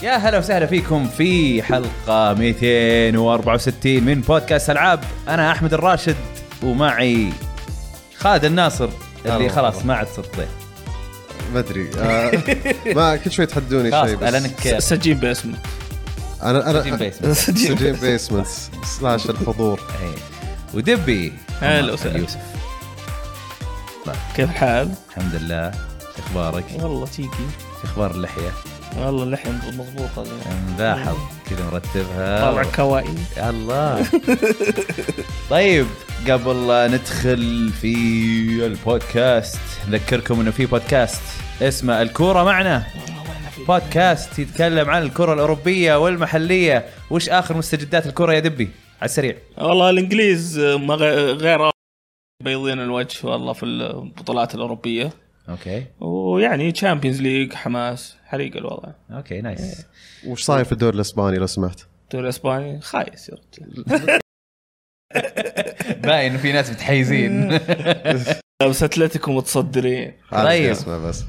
يا هلا وسهلا فيكم في حلقة 264 من بودكاست ألعاب. أنا أحمد الراشد ومعي خالد الناصر اللي خلاص ما عاد صرت ضيف. ما أدري ما كل شوي تحدوني شيء بس سجين باسمه. أنا سجين بيسمنت سلاش الحضور. ودبي هلا وسهلا يوسف. كيف الحال؟ الحمد لله. أخبارك؟ والله تيجي. أخبار اللحية؟ والله اللحية مضبوطة ملاحظ كذا مرتبها طلع كوائي. يا الله. طيب قبل ندخل في البودكاست نذكركم انه في بودكاست اسمه الكورة معنا، بودكاست يتكلم عن الكرة الأوروبية والمحلية. وش آخر مستجدات الكرة يا دبي على السريع؟ والله الإنجليز غير بيضين الوجه والله في البطولات الأوروبية. اوكي. ويعني تشامبيونز ليج حماس حريق الوضع. اوكي نايس. وش صاير في الدوري الاسباني لو سمحت؟ الدوري الاسباني خايس يا رجال. باين في ناس متحيزين. بس اتلتيكو متصدرين. طيب اسمع بس.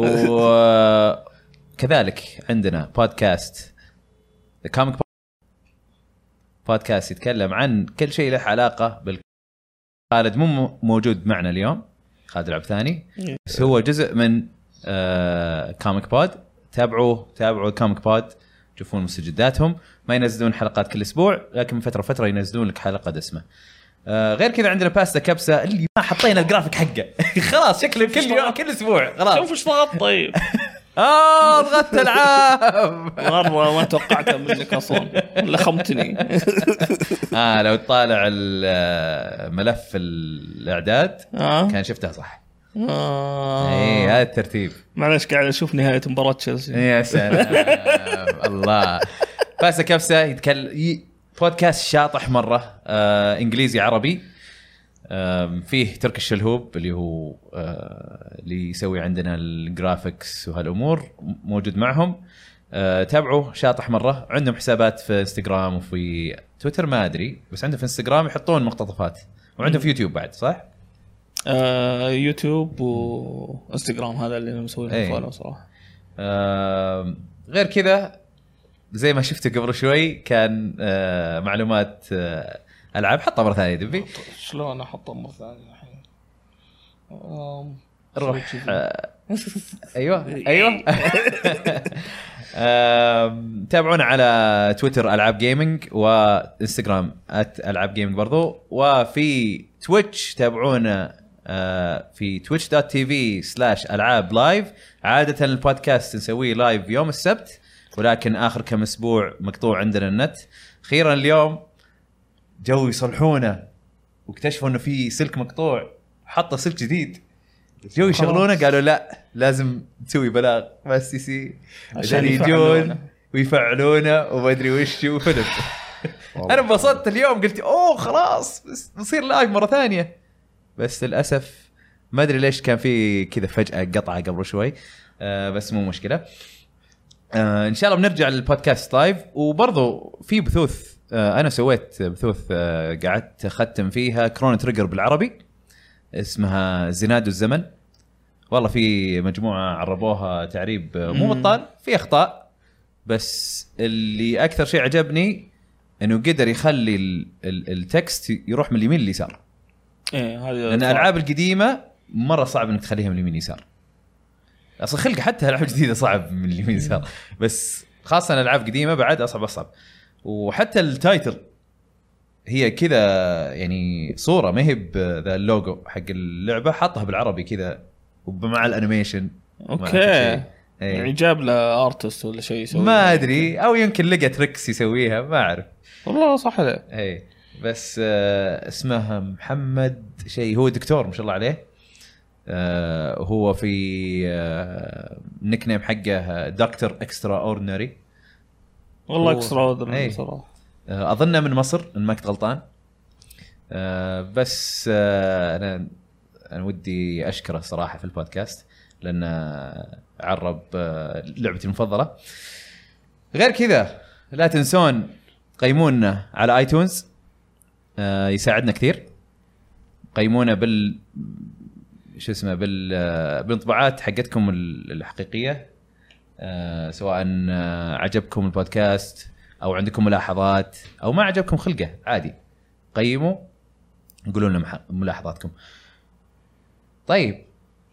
وكذلك عندنا بودكاست الكوميك بودكاست يتكلم عن كل شيء له علاقة خالد مو موجود معنا اليوم، خالد العبثاني، بس هو جزء من كوميك بود. تابعوا الكوميك بود، تشوفون مستجداتهم. ما ينزلون حلقات كل اسبوع، لكن من فتره فتره ينزلون لك حلقه دسمه. غير كذا عندنا باستا كبسه اللي ما حطينا الجرافيك حقه. خلاص شكله كل يوم كل اسبوع خلاص. شوف ايش ضغط. طيب ضغطت العاب مره ما توقعتها منك اصلا، لخمتني. لو تطالع الملف الاعداد كان شفتها صح. ايه هذا الترتيب. معلش قاعد اشوف نهايه مباراه تشيلسي. يا سلام. الله. باستا كبسه يتكلم بودكاست شاطح مره، انجليزي عربي. فيه ترك الشلهوب اللي هو اللي يسوي عندنا الجرافيكس وهالامور، موجود معهم. تابعوا شاطح مره. عندهم حسابات في انستغرام وفي تويتر ما ادري، بس عندهم في انستغرام يحطون مقتطفات، وعندهم في يوتيوب بعد صح؟ يوتيوب وانستغرام هذا اللي انا مسويه فولو صراحه. غير كذا زي ما شفته قبل شوي كان معلومات العاب. حطها مره ثانيه دبي. شلون احطها مره ثانيه الحين؟ روح. ايوه تابعونا على تويتر العاب جيمنج، وانستغرام @العاب جيمنج برضو، وفي تويتش تابعونا في twitch.tv/العاب لايف. عاده البودكاست نسويه لايف يوم السبت، ولكن آخر كم أسبوع مقطوع عندنا النت. خيرا اليوم جو يصلحونه واكتشفوا إنه في سلك مقطوع، حطوا سلك جديد. جو يشغلونه قالوا لا لازم نسوي بلاغ مع السي عشان يجون ويفعلونه وما أدري وش وفلم. أنا انبسطت اليوم، قلت أوه خلاص نصير لايف مرة ثانية، بس للأسف ما أدري ليش كان في كذا فجأة قطعة قبل شوي. بس مو مشكلة. ان شاء الله بنرجع للبودكاست لايف. وبرضو في بثوث، انا سويت بثوث قعدت اختم فيها كرون تريجر بالعربي، اسمها زناد الزمن. والله في مجموعه عربوها تعريب مو بطال، في اخطاء، بس اللي اكثر شيء عجبني انه قدر يخلي التكست يروح من اليمين لليسار. هذه لان الالعاب القديمه مره صعب انك تخليها من اليمين لليسار. اصلا خلق حتى العاب جديده صعب من اليمين يسار، بس خاصه الالعاب قديمه بعد اصعب. وحتى التايتل هي كذا يعني صوره ما هي بذا اللوجو حق اللعبه، حطها بالعربي كذا ومع الانيميشن. اوكي يعني جاب له ارتست ولا شيء يسوي، ما ادري، او يمكن لقى تريكس يسويها ما اعرف والله. صح له اي، بس اسمه محمد شيء، هو دكتور ما شاء الله عليه. هو في نيك نيم حقه دكتور اكسترا اوردينري. والله اكسترا اوردينري صراحه. اظنه من مصر ان ما كنت غلطان. بس انا ودي اشكره صراحه في البودكاست لان عرب لعبتي المفضله. غير كذا لا تنسون قيمونا على ايتونز، يساعدنا كثير. قيمونا بالانطباعات حقتكم الحقيقيه. سواء عجبكم البودكاست او عندكم ملاحظات او ما عجبكم خلقه عادي قيموا قولوا لنا ملاحظاتكم. طيب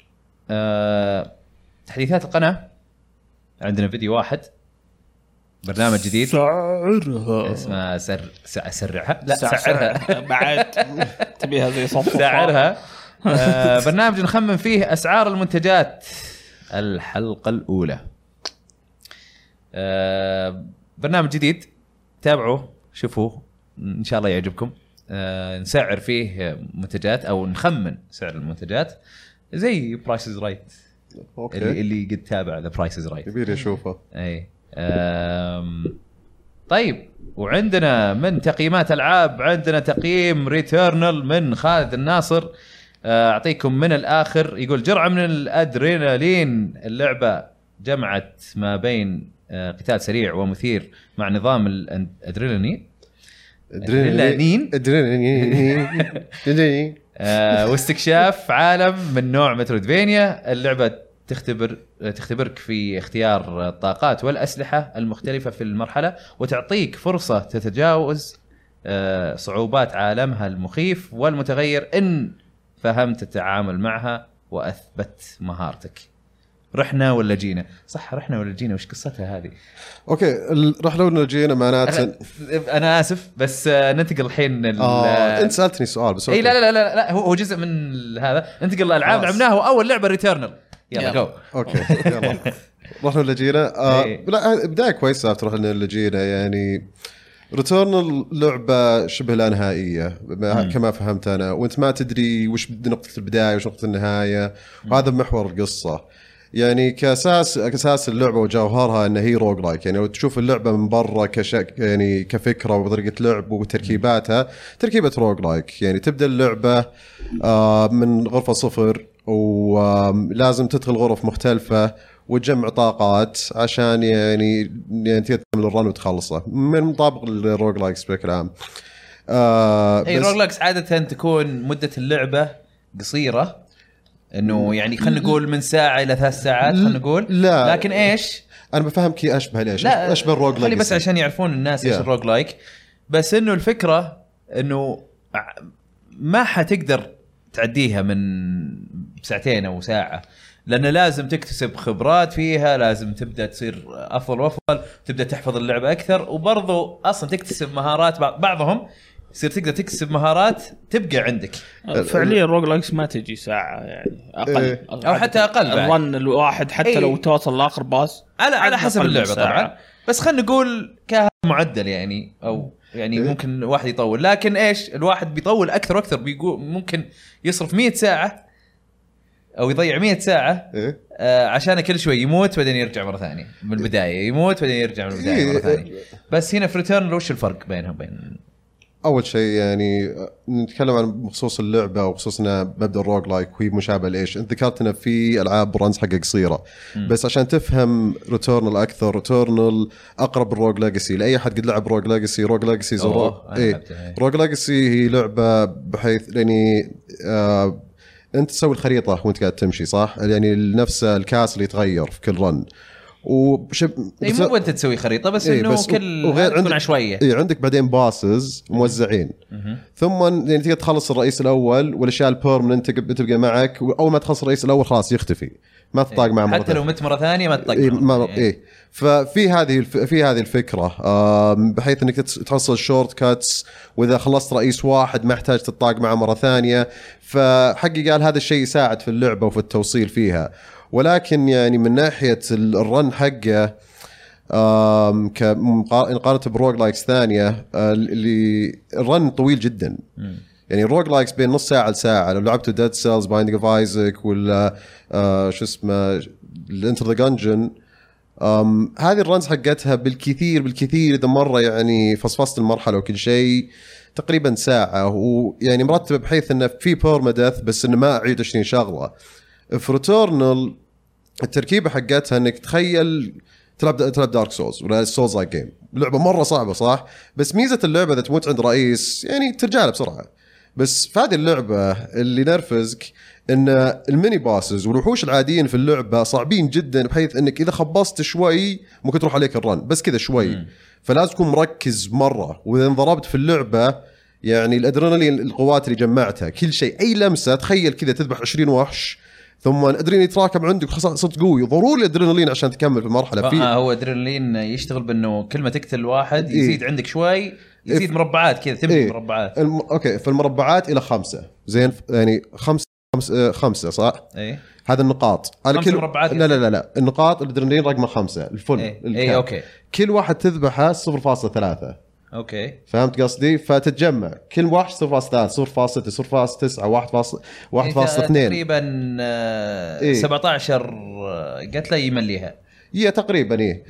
تحديثات القناة عندنا فيديو واحد برنامج جديد سعرها اسمه سرعها لا سعرها بعد تبيها زي صفصف سعرها برنامج نخمن فيه أسعار المنتجات. الحلقة الأولى برنامج جديد تابعوه شوفوه إن شاء الله يعجبكم. نسعر فيه منتجات أو نخمن سعر المنتجات زي برايسز رايت اللي قد تابع ذا برايسز رايت يبيني اشوفه. اي طيب وعندنا من تقييمات العاب عندنا تقييم ريتيرنال من خالد الناصر. اعطيكم من الاخر يقول جرعه من الادرينالين. اللعبه جمعت ما بين قتال سريع ومثير مع نظام الادرينالين واستكشاف عالم من نوع مترويدفينيا. اللعبة تختبرك في اختيار الطاقات والأسلحة المختلفة في المرحلة وتعطيك فرصة تتجاوز صعوبات عالمها المخيف والمتغير إن فهمت التعامل معها وأثبت مهارتك. رحنا ولا جينا؟ صح رحنا ولا جينا؟ وش قصتها هذه؟ اوكي رحنا ولا جينا معناته انا اسف بس ننتقل الحين انت سالتني سؤال بس اي لا هو جزء من هذا. ننتقل الالعاب لعبناها واول لعبه ريتيرنال. يلا جو. اوكي يلا رحنا ولا جينا. لا بدايه كويسه رحنا ولا جينا. يعني ريتيرنال لعبه شبه لا نهائيه كما فهمت انا وانت ما تدري وش نقطه البدايه وش نقطه النهايه وهذا محور القصه. يعني كاساس اللعبه وجوهرها انها هي روج لايك. يعني لو تشوف اللعبه من برا يعني كفكره وطريقه لعب وتركيباتها تركيبه روج لايك. يعني تبدا اللعبه من غرفه صفر ولازم تدخل غرف مختلفه وتجمع طاقات عشان يعني تكمل الرن وتخلصه من مطابق الروج لايكس بشكل عام. اي روج لايكس عاده تكون مده اللعبه قصيره انه يعني خلينا نقول من ساعه الى 3 ساعات خلينا نقول. لا لكن ايش انا بفهمك اشبه ليش اشبه الروج لايك خلي بس عشان يعرفون الناس ايش الروج لايك. بس انه الفكره انه ما حتقدر تعديها من ساعتين او ساعه لأن لازم تكتسب خبرات فيها. لازم تبدأ تصير أفضل وأفضل تبدأ تحفظ اللعبة أكثر وبرضو أصلا تكتسب مهارات. بعضهم يصير تقدر تكتسب مهارات تبقى عندك. فعليا روج لايكس ما تجي ساعة يعني أقل أو حتى أقل الظن الواحد حتى لو توصل لآخر باس على حسب اللعبة طبعا. بس خلينا نقول كمعدل يعني أو يعني ممكن واحد يطول. لكن إيش الواحد بيطول أكثر وأكثر بيقول ممكن يصرف 100 ساعة أو يضيع 100 ساعة عشان كل شوي يموت بعدين يرجع مرة ثانية من البداية يموت بعدين يرجع من البداية مرة ثانية. بس هنا في ريتيرن وش الفرق بينهم وبين اول شيء يعني نتكلم عن بخصوص اللعبه وخصوصنا مبدا الروج لايك وهي مشابهه لايش. انت ذكرتنا في العاب رانز حقها قصيره بس عشان تفهم ريتيرنال اكثر. ريتيرنال اقرب الروج ليجاسي لاي احد قد لعب روج ليجاسي. روج ليجاسي روج ليجاسي هي لعبه بحيث يعني انت تسوي الخريطه وانت قاعد تمشي صح. يعني نفس الكاس اللي يتغير في كل رن مو انت تسوي خريطه بس انه بس كل تكون عشوائيه. عندك بعدين باسز موزعين ثم يعني تقدر تخلص الرئيس الاول والاشياء البيرمننت تبقى معك. واول ما تخلص الرئيس الاول خلاص يختفي ما تطاق معه حتى لو مت مره ثانيه ما تطاق ففي هذه الفكره بحيث انك تحصل شورت كاتس واذا خلصت رئيس واحد ما يحتاج تطاق معه مره ثانيه. فحقي قال هذا الشيء يساعد في اللعبه وفي التوصيل فيها. ولكن يعني من ناحيه الرن حقه مقارنه بروج لايكس ثانيه اللي الرن طويل جدا. يعني الروج لايكس بين نص ساعه لساعه. لو لعبتوا ديد سيلز بايندينج اوف ايزاك ولا شو اسمه الانتر ذا جنجن هذه الرنز حقتها بالكثير اذا مره يعني فصفصت المرحله وكل شيء تقريبا ساعه. ويعني مرتبه بحيث انه في بيرمادث بس انه ما اعيد 20 شغله. في ريتيرنال التركيبه حقتها انك تخيل تلعب دارك سولز ولا سولز لايك جيم. لعبه مره صعبه صح بس ميزه اللعبه اذا تموت عند رئيس يعني ترجع له بسرعه. بس في هذه اللعبه اللي نرفزك ان الميني باسز والوحوش العاديين في اللعبه صعبين جدا، بحيث انك اذا خبصت شوي ممكن تروح عليك الرن بس كذا شوي. فلازم تكون مركز مره، واذا انضربت في اللعبه يعني الادرينالين، القوات اللي جمعتها، كل شيء، اي لمسه، تخيل كذا تذبح 20 وحش ثم الادرينالين يتراكم عندك، صرت قوي، ضروري الادرينالين عشان تكمل في المرحله. هو ادرينالين يشتغل بانه كل ما تقتل واحد يزيد عندك شوي، يزيد مربعات كذا، تبني مربعات. اوكي، فالمربعات الى 5 زين، يعني 5 صح؟ ايه هذا النقاط على كل مربعات. لا النقاط الادرينالين رقم 5 الفل. ايه اوكي، كل واحد تذبحه 0.3. اوكي فهمت قصدي؟ فتتجمع كل واحد 0.3 0.6 0.9 1.2 تقريبا 17 قتله يمليها هي تقريبا. ايه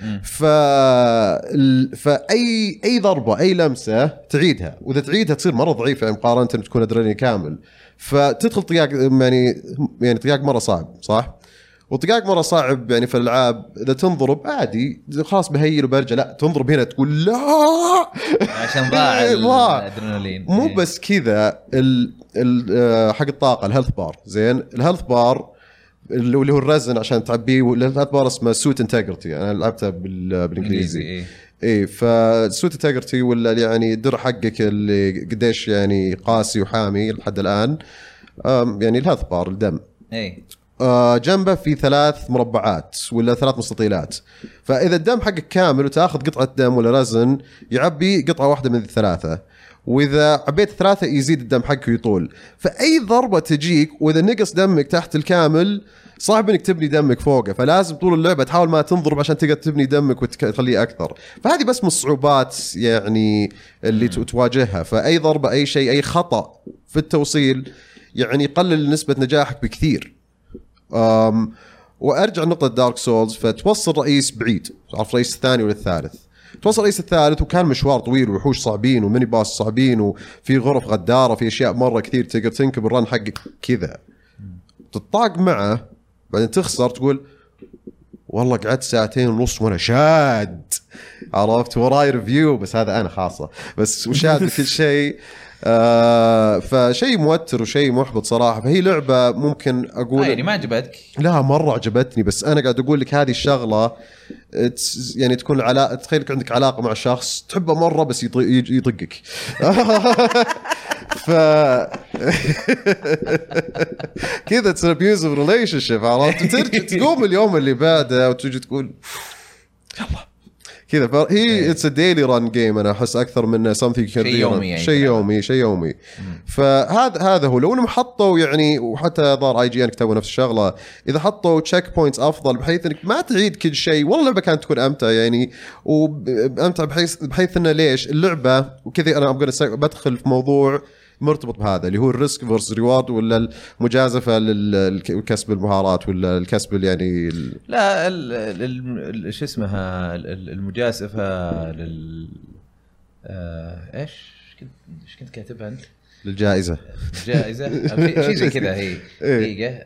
فاي ضربه اي لمسه تعيدها، واذا تعيدها تصير مره ضعيفه يعني مقارنه تكون ادرينالين كامل. فتدخل طقاق يعني طقاق مره صعب صح، وطقاق مره صعب يعني في الالعاب. اذا تنضرب عادي خلاص بهيل وبرجع، لا تنضرب هنا تقول لا عشان ضاع الادرينالين. مو بس كذا، حق الطاقه الهيلث بار زين، الهيلث بار اللي هو الرزن عشان تعبيه، والهيلث بار اسمه سوت انتجرتي، انا لعبتها بالانجليزي. ايه فسوت انتجرتي ولا يعني الدرع حقك اللي قديش يعني قاسي وحامي لحد الان، يعني الهيلث بار الدم. ايه جنبه في 3 مربعات ولا 3 مستطيلات، فإذا الدم حقك كامل وتأخذ قطعة دم ولا رزن يعبي قطعة واحدة من الثلاثة، وإذا عبيت 3 يزيد الدم حقك ويطول. فأي ضربة تجيك وإذا نقص دمك تحت الكامل صعب انك تبني دمك فوقه، فلازم طول اللعبة تحاول ما تنضرب عشان تقدر تبني دمك وتخليه أكثر. فهذه بس من الصعوبات يعني اللي تواجهها. فأي ضربة أي شيء أي خطأ في التوصيل يعني يقلل نسبة نجاحك بكثير. وارجع لنقطه دارك سولز، فتوصل رئيس بعيد، عرف رئيس الثاني ولا الثالث، توصل رئيس الثالث وكان مشوار طويل وحوش صعبين وميني باس صعبين وفي غرف غداره في اشياء مره كثير تقدر تنكب الرن حقك كذا، تطاق معه بعدين تخسر تقول والله قعدت 2.5 ساعة وانا شاد، عرفت وراي ريفيو بس هذا انا خاصه بس وشاد كل شيء. فشيء موتر وشيء محبط صراحه. فهي لعبه ممكن اقول يعني ما عجبتك؟ لا مره عجبتني، بس انا قاعد اقول لك هذه الشغله يعني تكون علاقه، تخيلك عندك علاقه مع شخص تحبه مره بس يطقك ف كذا تصير abusive relationship، عرفت؟ تقوم اليوم اللي بعده وتجي تقول يلا كذا. فهي اتس ا ديلي ران جيم، انا احس اكثر من something شيء يومي يعني شيء يومي. فهذا هو. لو انهم حطوا يعني، وحتى ظهر اي جي ان كتبوا نفس الشغله، اذا حطوا تشيك بوينتس افضل بحيث انك ما تعيد كل شيء، والله اللعبه كانت تكون امتع يعني، وامتع بحيث انه ليش اللعبه وكذا. انا بدخل في موضوع مرتبط بهذا اللي هو الريسك فيرس ريوارد، ولا المجازفه للكسب المهارات، ولا الكسب يعني لا شو اسمها المجازفه ايش كنت كاتبها انت؟ للجائزه شيء زي كذا. هي دقيقه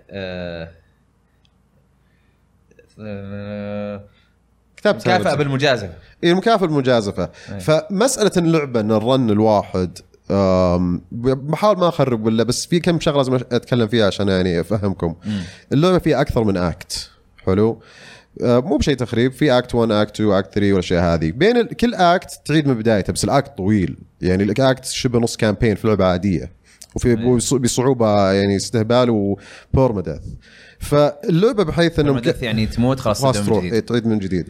كتبتها مكافأة بالمجازفه. المكافأة بالمجازفه. فمساله اللعبه ان الرن الواحد بحاول ما اخرب ولا، بس في كم شغله لازم اتكلم فيها عشان يعني افهمكم. اللعبه فيها اكثر من اكت، حلو، مو بشيء تخريب. في اكت 1 اكت 2 اكت 3 والاشياء هذه، بين كل اكت تعيد من بدايته، بس الاكت طويل يعني، الاكت شبه نص كامبين في لعبه عاديه، وفي بصعوبه يعني استهبال وبيرمادث. فاللعبه بحيث انه يعني تموت خلاص تعيد من جديد.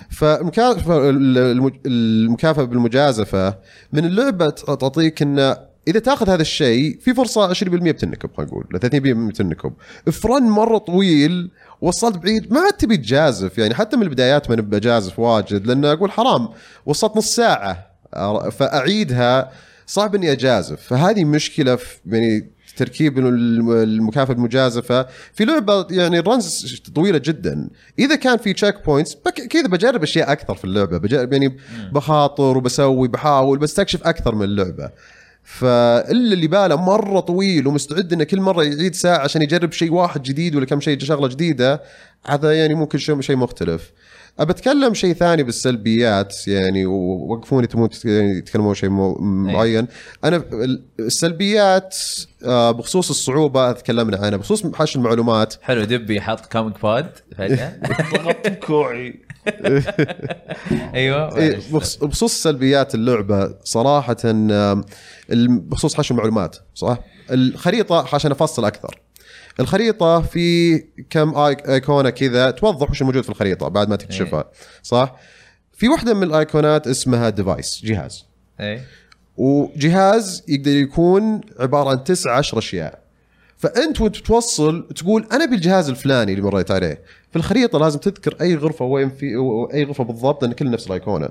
فالمكافأة بالمجازفة من اللعبه تعطيك انه اذا تاخذ هذا الشيء في فرصه 20% بتنكب، خلينا نقول 30% بتنكب. فرن مره طويل وصلت بعيد ما تبي تجازف يعني، حتى من البدايات ما نبى جازف واجد، لان اقول حرام وصلت نص ساعه فاعيدها، صعب اني اجازف. فهذه مشكله في يعني تركيب المكافأة المجازفة في لعبة يعني الرنز طويلة جدا. إذا كان في تشيك بوينتس كذا بجرب أشياء أكثر في اللعبة، بجرب يعني بخاطر وبسوي بحاول بستكشف أكثر من اللعبة. فاللي باله مرة طويل ومستعد إنه كل مرة يعيد ساعة عشان يجرب شيء واحد جديد ولا كم شيء شغلة جديدة، هذا يعني ممكن شيء مختلف. أتكلم شيء ثاني بالسلبيات يعني، ووقفوني تمون تتكلمون شيء معين. أنا السلبيات بخصوص الصعوبة تكلمنا عنها، بخصوص حش المعلومات. حلو دبي حط كوميك باد فجأة ضغط كوعي. ايوه بخصوص سلبيات اللعبة صراحة، بخصوص حش المعلومات صح. الخريطة عشان أفصل أكثر، الخريطة في كم ايقونة كذا توضح وش الموجود في الخريطة بعد ما تكتشفها صح. في واحدة من الايقونات اسمها ديفايس، جهاز. وجهاز يقدر يكون عبارة عن 19 اشياء. فانت وانت توصل تقول انا بالجهاز الفلاني اللي مريت عليه، في الخريطة لازم تذكر اي غرفة وين في اي غرفة بالضبط، لان كل نفس الايقونة.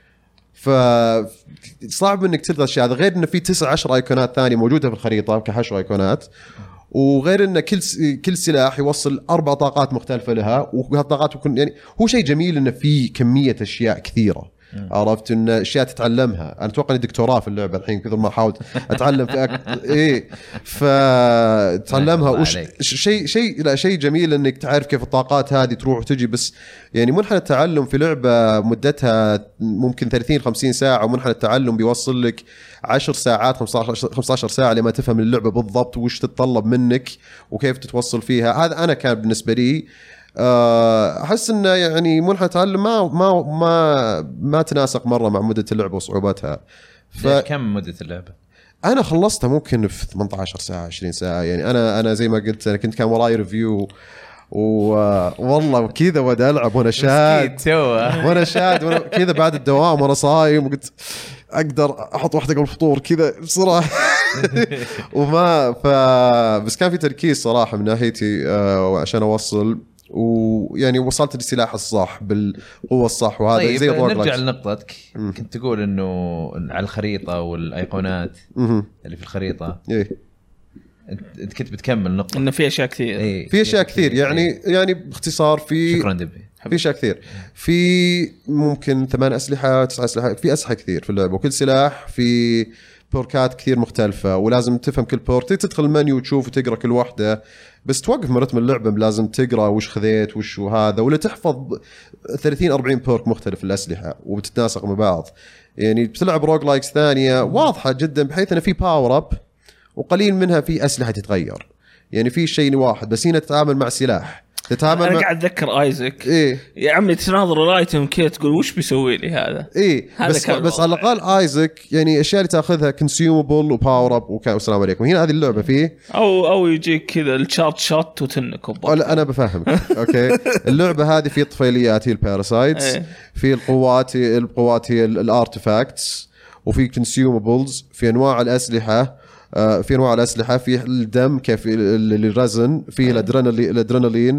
فصعب انك تلقى الشيء هذا، غير انه في 19 ايقونات ثانية موجودة في الخريطة كحشو ايقونات. وغير ان كل سلاح يوصل 4 طاقات مختلفه لها، وهالطاقات تكون يعني هو شيء جميل انه في كميه اشياء كثيره. عرفت ان اشياء تتعلمها. انا اتوقع اني دكتوراه في اللعبه الحين كثر ما احاول اتعلم في ايه فتعلمها. وش شيء جميل انك تعرف كيف الطاقات هذه تروح وتجي. بس يعني منحنى التعلم في لعبه مدتها ممكن 30-50 ساعه، ومنحنى التعلم بيوصل لك 10 ساعات 15 ساعه لما تفهم اللعبه بالضبط وش تتطلب منك وكيف تتوصل فيها. هذا انا كان بالنسبه لي احس انه يعني منحنى التعلم ما تناسق مره مع مده اللعبه وصعوبتها. كم مده اللعبه؟ انا خلصتها ممكن في 18 ساعه 20 ساعه يعني. انا زي ما قلت انا كان وراي ريفيو والله كذا ودي العب وانا شاد كذا بعد الدوام وانا صايم، وقلت اقدر احط واحده قبل الفطور كذا بسرعه. بس كان في تركيز صراحه من ناحيتي عشان اوصل، ويعني وصلت للسلاح الصح بالقوه الصح. وهذا طيب زي نرجع لنقطتك. كنت تقول انه على الخريطه والايقونات اللي في الخريطه انت كنت بتكمل نقطه انه في اشياء كثير. في اشياء كثير يعني باختصار في شكرا دبي. في اشياء كثير. في ممكن 8 اسلحه 9 اسلحه، في اسلحه كثير في اللعبه، وكل سلاح في بوركات كثير مختلفة، ولازم تفهم كل بورت. تدخل المنيو وتشوف وتقرأ كل واحدة، بس توقف من رتم اللعبة لازم تقرأ وش خذيت وش وهذا، ولا تحفظ 30-40 بورك مختلف الأسلحة وبتتناسق مع بعض. يعني بتلعب روج لايكس ثانية واضحة جدا، بحيث أن في باور أب وقليل منها في أسلحة تتغير. يعني في شيء واحد بس هنا تتعامل مع سلاح تتعامل. انا قاعد اتذكر ايزك يا عمي تناظر الايتم كذا تقول وش بيسوي لي هذا. بس على الاقل ايزك يعني اشياء اللي تاخذها كونسيومبل وباور اب والسلام عليكم. هنا هذه اللعبه فيه او يجيك كذا الشارت شوت وتنك. انا بفهمك اوكي. اللعبه هذه في طفيليات هي الباراسايتس، في القوات هي الارتفاكتس، وفي كونسيومبلز، في انواع الاسلحه، في الدم كيف الرزن، في الادرينالين،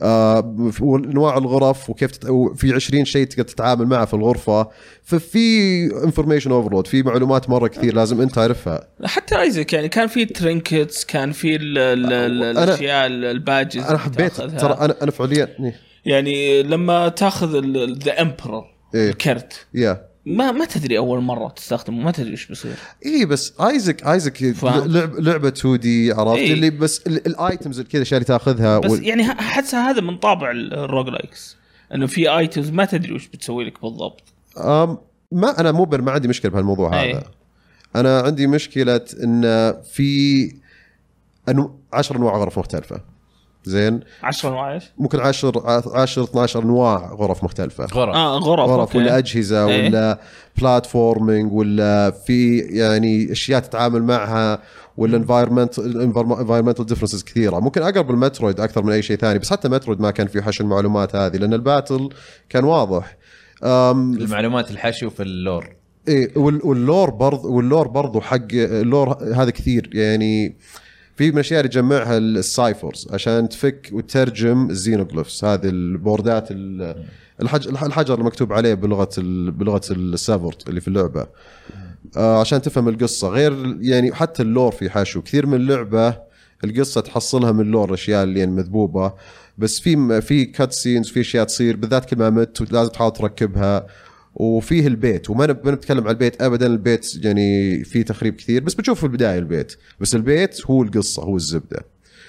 وانواع الغرف وكيف في 20 شيء تقدر تتعامل معه في الغرفه. ففي انفورميشن اوفرلود، في معلومات مره كثير لازم انت تعرفها. حتى ايزك يعني كان في ترينكتس، كان في الاشياء الباجز. انا حبيت ترى انا فعليا يعني لما تاخذ ذا امبرور الكرت ما تدري اول مره تستخدمه ما تدري ايش بيصير. بس ايزك لعبه 2 دي عرفت اللي بس الايتمز كذا شيء تاخذها بس يعني احسها هذا من طابع الروج لايكس، انه في ايتمز ما تدري وش بتسوي لك بالضبط. ما انا ما عندي مشكله بهالموضوع هذا. انا عندي مشكله ان في 10 انواع غرف مختلفه. زين 10 انواع ايش؟ ممكن 10-12 انواع غرف مختلفه. غرف ولا اجهزه ولا بلاتفورمينج، ولا في يعني اشياء تتعامل معها، ولا environmental differences كثيره. ممكن اقرب المترويد اكثر من اي شيء ثاني، بس حتى مترويد ما كان في حشو المعلومات هذه لان الباتل كان واضح. المعلومات الحشو في اللور واللور برضو حق اللور هذا كثير. يعني في من الاشياء اللي تجمعها السايفرز عشان تفك وتترجم الزينوغليفز، هذه البوردات الحجر المكتوب عليه بلغه السافورت اللي في اللعبه، عشان تفهم القصه. غير يعني حتى اللور في حشو كثير من اللعبه، القصه تحصلها من اللور، الاشياء اللي يعني مذبوبه. بس في كات سينز، في اشياء تصير بالذات كل ما مت ولازم تحاول تركبها. وفيه البيت، وما بنتكلم عن البيت ابدا. البيت يعني فيه تخريب كثير، بس بتشوف في البدايه البيت، بس البيت هو القصه، هو الزبده.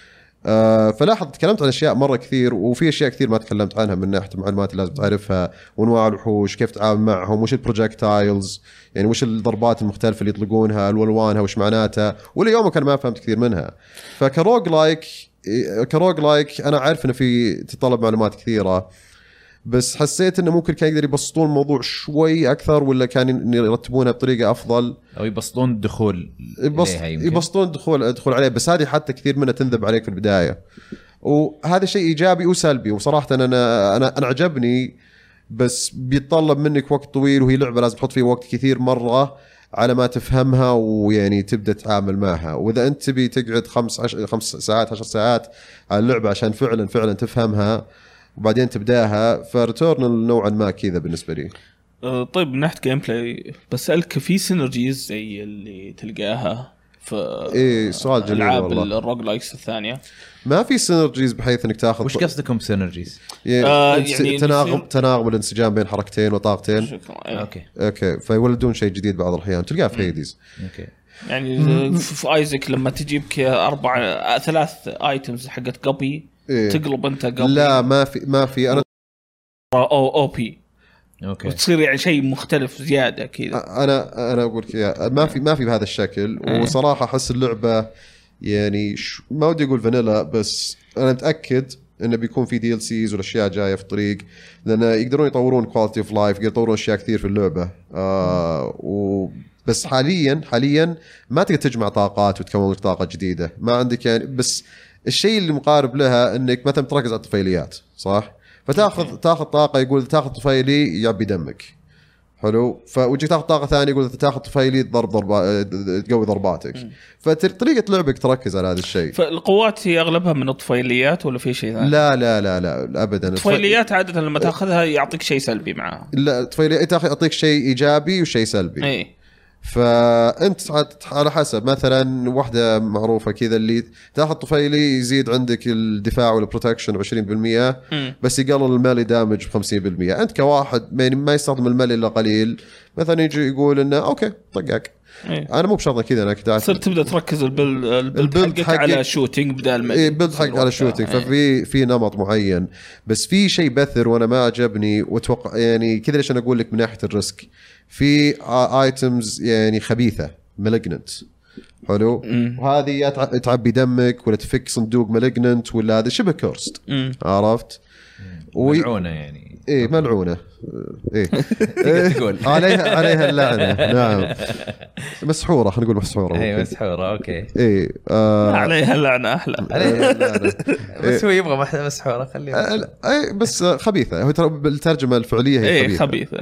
فلاحظ تكلمت عن اشياء مره كثير، وفي اشياء كثير ما تكلمت عنها من ناحيه المعلومات اللي لازم تعرفها، وانواع الوحوش كيف تتعامل معهم، وش البروجكتايلز يعني وش الضربات المختلفه اللي يطلقونها، الوانها وش معناتها، ولا يومك انا ما فهمت كثير منها. فكروج لايك انا عارف انه في تطلب معلومات كثيره، بس حسيت انه ممكن كان يقدر يبسطون الموضوع شوي اكثر، ولا كان يرتبونها بطريقه افضل، او يبسطون الدخول يبسطون الدخول عليه. بس هذه حتى كثير منها تنذب عليك في البدايه، وهذا شيء ايجابي وسلبي. وصراحه انا عجبني، بس بيتطلب منك وقت طويل، وهي لعبه لازم تحط فيه وقت كثير مره على ما تفهمها ويعني تبدا تتعامل معها. واذا انت تبي تقعد 5 ساعات 10 ساعات على اللعبه عشان فعلا تفهمها وبعدين تبداها، فريتورنال نوعا ما كذا بالنسبه لي. طيب من ناحيه جيم بلاي بسالك، في سينرجيز زي اللي تلقاها في سؤال جميل العاب الروج لايكس الثانيه؟ ما في سينرجيز بحيث انك تاخذ. وش قصدكم سينرجيز؟ يعني تناغم الانسجام بين حركتين وطاقتين. اوكي فيولدون شيء جديد بعض الاحيان تلقاه في هيديز. اوكي يعني في ايزك لما تجيبك 3 ايتمز حقت قبي تقلب انت قبل. لا ما في انا او بي اوكي وتصير يعني شيء مختلف زياده كذا. انا اقول كذا ما في بهذا الشكل. وصراحه احس اللعبه يعني ما ودي اقول فانيلا، بس انا متاكد انه بيكون في دي ال سيز والاشياء جايه في الطريق، لان يقدرون يطورون كواليتي اوف لايف، يطورون اشياء كثير في اللعبه. بس حاليا ما تقدر تجمع طاقات وتكون لك طاقه جديده، ما عندك يعني. بس الشيء اللي مقارب لها انك مثلا تركز على الطفيليات، صح؟ فتاخذ طاقه، يقول تاخذ طفيلي يعبي دمك، حلو. فوجيك تاخذ طاقه ثانيه يقول تاخذ طفيلي تقوي ضرباتك. فطريقه لعبك تركز على هذا الشيء. فالقوات هي اغلبها من الطفيليات ولا في شيء ثاني؟ لا ابدا. الطفيليات عاده لما تاخذها يعطيك شيء سلبي معها. لا الطفيليات يعطيك شيء ايجابي وشيء سلبي. فانت على حسب. مثلا واحده معروفه كذا اللي تاخذ طفيلي يزيد عندك الدفاع والبروتكشن 20%، بس يقلل المالي دامج ب 50%. انت كواحد ما يستخدم المالي الا قليل، مثلا يجي يقول انه اوكي طقك. انا مو بشرط كذا، انا كنت صرت تبدا تركز البيلد حقك على شوتينج بدل ما البيلد حقك على شوتينج. ففي نمط معين. بس في شيء بثر وانا ما عجبني، واتوقع يعني كذا ليش انا اقول لك من ناحيه الريسك، في ايتمز يعني خبيثه مالجننت، حلو. وهذه يا تعبي دمك ولا تفك صندوق مالجننت، ولا هذا شبه كورست، عرفت. ملعونه يعني. ملعونه. تقول عليها اللعنه. نعم مسحوره، خلينا نقول مسحوره. مسحوره اوكي. عليها اللعنه احلى. عليها اللعنه. بس هو يبغى مسحوره خليه. بس خبيثه، هو ترى بالترجمه الفعليه هي خبيثه.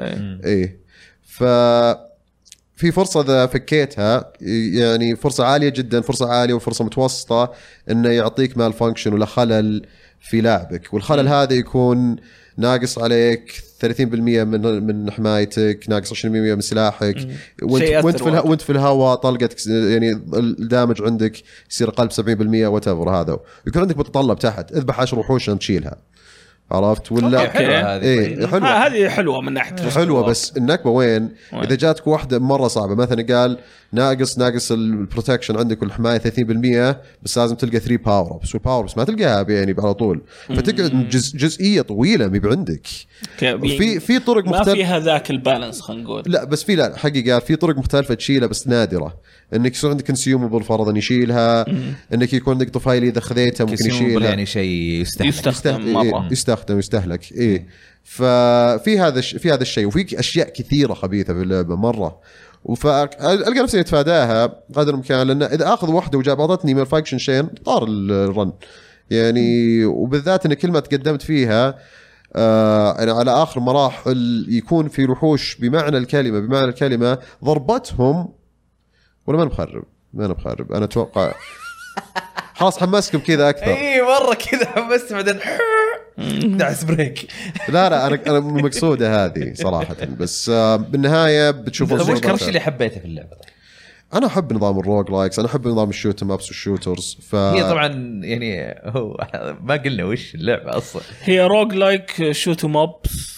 في فرصة إذا فكيتها، يعني فرصة عالية جدا، فرصة عالية وفرصة متوسطة إنه يعطيك مال فانكشن ولا خلل في لعبك. والخلل هذا يكون ناقص عليك 30% من حمايتك، ناقص 20% من سلاحك، وانت في الهواء طلقتك يعني الدامج عندك يصير اقل 70% واتفر. هذا يكون عندك متطلب تحت اذبح 10 وحوش عشان تشيلها، عرفت ولا؟ حلوة هذه حلوة من ناحية حلوة. بس النكبة وين؟ إذا جاتك واحدة مرة صعبة، مثلا قال ناقص البروتكشن عندك والحماية 30%، بس لازم تلقى 3 باور ابس، والباور ابس ما تلقاها يعني على طول، فتقعد جزئية طويلة ما عندك. في طرق مختلفة، ما فيها ذاك البالانس خلينا نقول. لا بس لا حقيقة في طرق مختلفة تشيلها، بس نادرة. انك يصير عندك كونسيومبل فرضا يشيلها، انك يكون عندك طفايل اذا خذيتها ممكن يشيلها، يعني شيء يستخدم يستهلك. ففي هذا الشيء. وفي اشياء كثيره خبيثه في اللعبه مره، فالقى نفسي اتفاداها قدر الامكان، لان اذا اخذ واحده وجابطتني من الفاكشن شين طار الرن يعني. وبالذات ان كل ما تقدمت فيها يعني على اخر مراحل يكون في وحوش بمعنى الكلمه ضربتهم. ولا ما بخرب انا اتوقع خلاص حمسكم كذا اكثر. مره كذا حمست بعدين دعس بريك. لا انا مقصوده هذه صراحه. بس بالنهايه بتشوفون وش اللي حبيته في اللعبه؟ انا احب نظام الروج لايكس، انا احب نظام الشوت مابس والشوترز. هي طبعا يعني هو ما قلنا وش اللعبه اصلا. هي روج لايك شوت مابس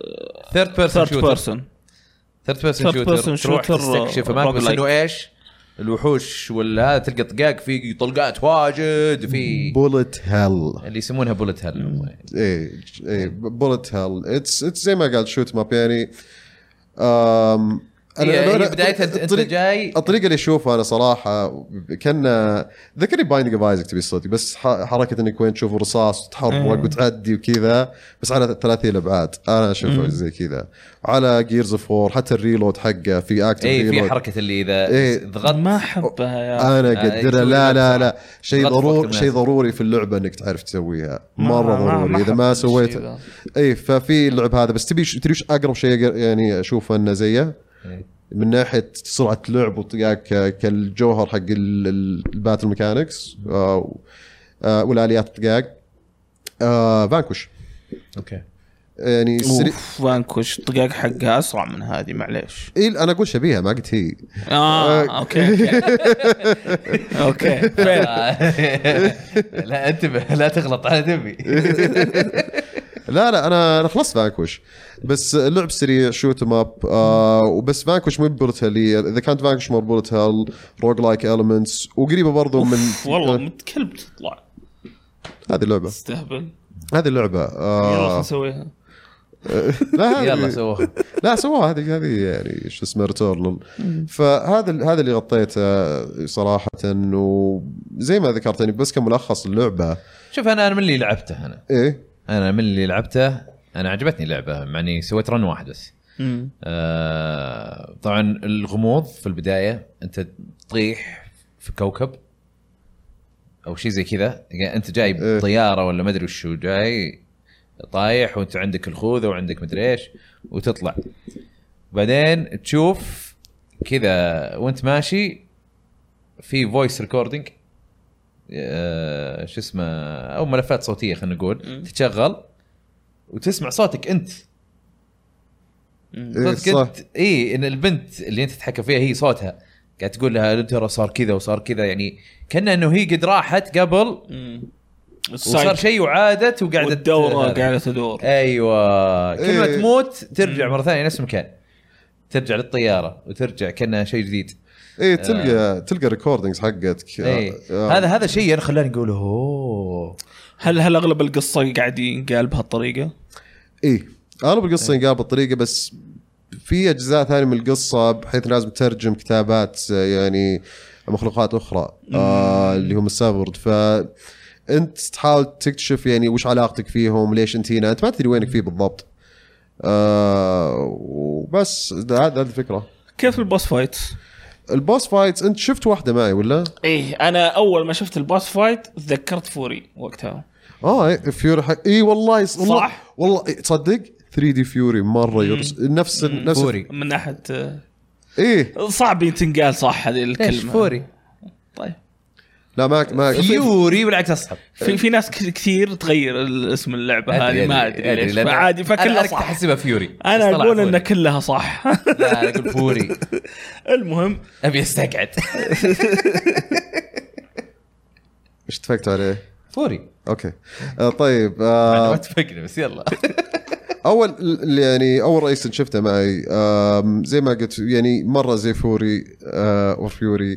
ثيرد بيرسون شوتر تروح تستكشف اماكن، بس انه ايش الوحوش ولا هذا تلقى طقاق في طلقات واجد في بولت هيل اللي يسمونها بولت هيل. ايه بولت هيل اتس زي ما قال شوت ماب يعني. أنا بدايتها انت جاي الطريقه اللي اشوفها انا صراحه كان ذكرني بايندينج اوف ايزك تبي صدق، بس حركه انك وين تشوف رصاص وتحرك وتعدي وكذا، بس على 30 ابعاد انا اشوفه زي كذا. على جيرز اوف 4 حتى الريلود حقه في اكتف ريلود، في حركه اللي اذا ضغطت ما احبها يا انا قدر لا شيء ضروري في اللعبه انك تعرف تسويها، مره ضروري اذا ما سويته. ففي اللعب هذا بس تبيش اقرب شيء يعني اشوفه انه زيه من ناحيه سرعه اللعب وطقاق كالجوهر حق الباتل ميكانكس والاليات الطقاق. فانكوش اوكي يعني فانكوش طقاق حقها اسرع من هذه معليش. انا اقول شبيهه ما قلت هي. اوكي لا انتبه لا تغلط على دمي. لا انا خلصت فانكوش، بس اللعب سريع شوت ماب وبس. فانكوش مو بولت هيل، اذا كانت فانكوش مو بولت هيل روج لايك اليمنتس وقريبه برضو من والله متكلب تطلع هذه اللعبه استهبل. هذه اللعبه يلا نسويها. لا يلا سووها. لا سووها هذه يعني شو اسمه ريتورنال. فهذا اللي غطيته صراحه، وزي ما ذكرت يعني بس كملخص اللعبه. شوف انا من اللي لعبته انا من اللي لعبته انا عجبتني اللعبه، يعني سويت رن واحد بس. طبعا الغموض في البدايه، انت تطيح في كوكب او شيء زي كذا، يعني انت جاي بطياره ولا ما ادري وشو، جاي طايح وانت عندك الخوذه وعندك مدري ايش، وتطلع بعدين تشوف كذا وانت ماشي في فويس ريكوردينج شو اسمه او ملفات صوتيه خلينا نقول تتشغل وتسمع صوتك انت. ان البنت اللي انت تتحكم فيها هي صوتها قاعد تقول لها ترى صار كذا وصار كذا، يعني كأنه انه هي قد راحت قبل وصار شيء وعادت وقاعده الدوره قاعده تدور. ايوه كل ما تموت ترجع مره ثانيه نفس المكان، ترجع للطياره وترجع كأنها شيء جديد. تلقى ريكوردينجز حقتك. هذا شيء انا خلاني اقول اوه هل اغلب القصه قاعد ينقال بهالطريقه؟ اغلب القصه ينقال بالطريقه، بس في اجزاء ثانيه من القصه بحيث لازم تترجم كتابات يعني مخلوقات اخرى اللي هم السابورد، فانت تحاول تكتشف يعني وش علاقتك فيهم، ليش انت هنا، انت ما تدري وينك فيه بالضبط. وبس هذا الفكره. كيف البوس فايت؟ البوس فايت انت شفت واحده معي ولا؟ انا اول ما شفت البوس فايت تذكرت فوري وقتها. فيوري والله صح والله تصدق 3D فيوري مره نفس فوري من ناحيه صعب تنقال صح هذه الكلمه فوري. طيب لا ما فيوري بالعكس اصحب. في ناس كثير تغير اسم اللعبه هذه ما ادري ليش، عادي فكلها صح. تحسبها فيوري، انا اقول ان كلها صح. لا انا اقول فوري. المهم ابي استقعد. ايش اتفقت عليه؟ فوري. اوكي طيب ما اتفقنا بس يلا. اول رئيس شفته معي زي ما قلت يعني مره زي فوري وفيوري،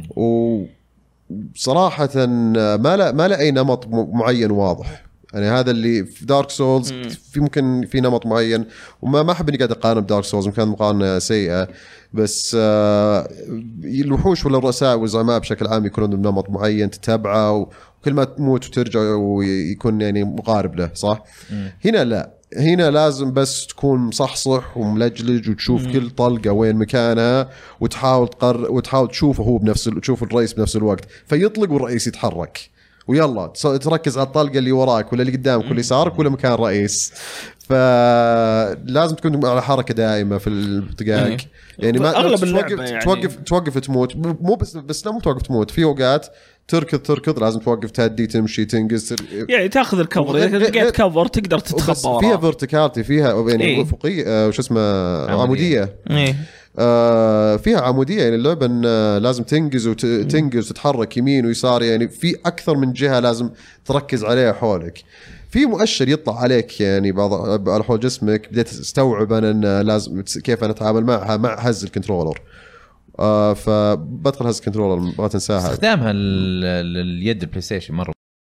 وصراحه ما لا اي نمط معين واضح. يعني هذا اللي في دارك سولز في ممكن في نمط معين، وما احب اني قاعد اقارن بدارك سولز، ممكن مقارنه سيئه، بس الوحوش ولا الرؤساء والزعماء بشكل عام يكونون بنمط معين تتابعه، وكل ما تموت وترجع ويكون يعني مقارب له صح. هنا لا، هنا لازم تكون مصحصح وملجلج وتشوف كل طلقه وين مكانها، وتحاول تشوفه هو تشوف الرئيس بنفس الوقت، فيطلق والرئيس يتحرك، ويلا تركز على الطلقه اللي وراك ولا اللي قدامك ولا يسارك ولا مكان الرئيس. فلازم تكون على حركه دائمه في الطقاق. يعني ما اغلب توقف تموت، مو بس لا مو توقف تموت، في اوقات تركض لازم توقف تهدي تمشي تنقز يعني تاخذ الكفر. اذا لقيت كفر تقدر تتخبى وراه. فيها فيرتيكالتي، فيها يعني افقيه وش اسمه عموديه. فيها عموديه، يعني اللعبه لازم تنقز وتتحرك يمين ويسار، يعني في اكثر من جهه لازم تركز عليها حولك. في مؤشر يطلع عليك يعني على حول جسمك، بديت تستوعب انا لازم كيف انا اتعامل معها مع هز الكنترولر. فبدخل هز كنترولر ما تنساها. استخدامها اليد البلاي ستيشن مره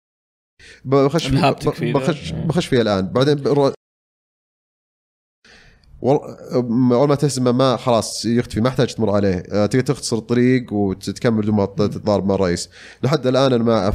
بخش فيها الان بعدين اول ما تهزمه ما خلاص يختفي ما احتاج تمر عليه، تقدر تختصر الطريق وتكمل بدون ما تتضارب مع الرئيس. لحد الان انا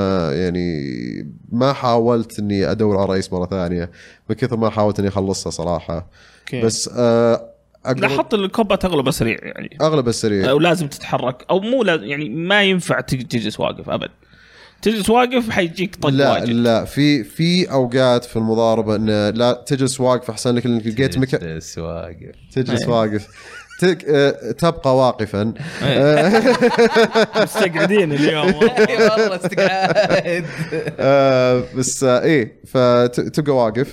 ما حاولت اني ادور على الرئيس مره ثانيه من كثر ما حاولت اني اخلصها صراحه. بس لاحظت الكومبات اغلبه سريع يعني اغلبه سريع ولازم تتحرك او مو يعني ما ينفع تجلس واقف ابد. تجلس واقف حيجيك طق واجد. لا في اوقات في المضاربه ان لا تجلس واقف احسن لك انك لقيت مكان تجلس واقف تبقى واقفا. مستقعدين اليوم والله استقعاد. بس فتبقى واقف.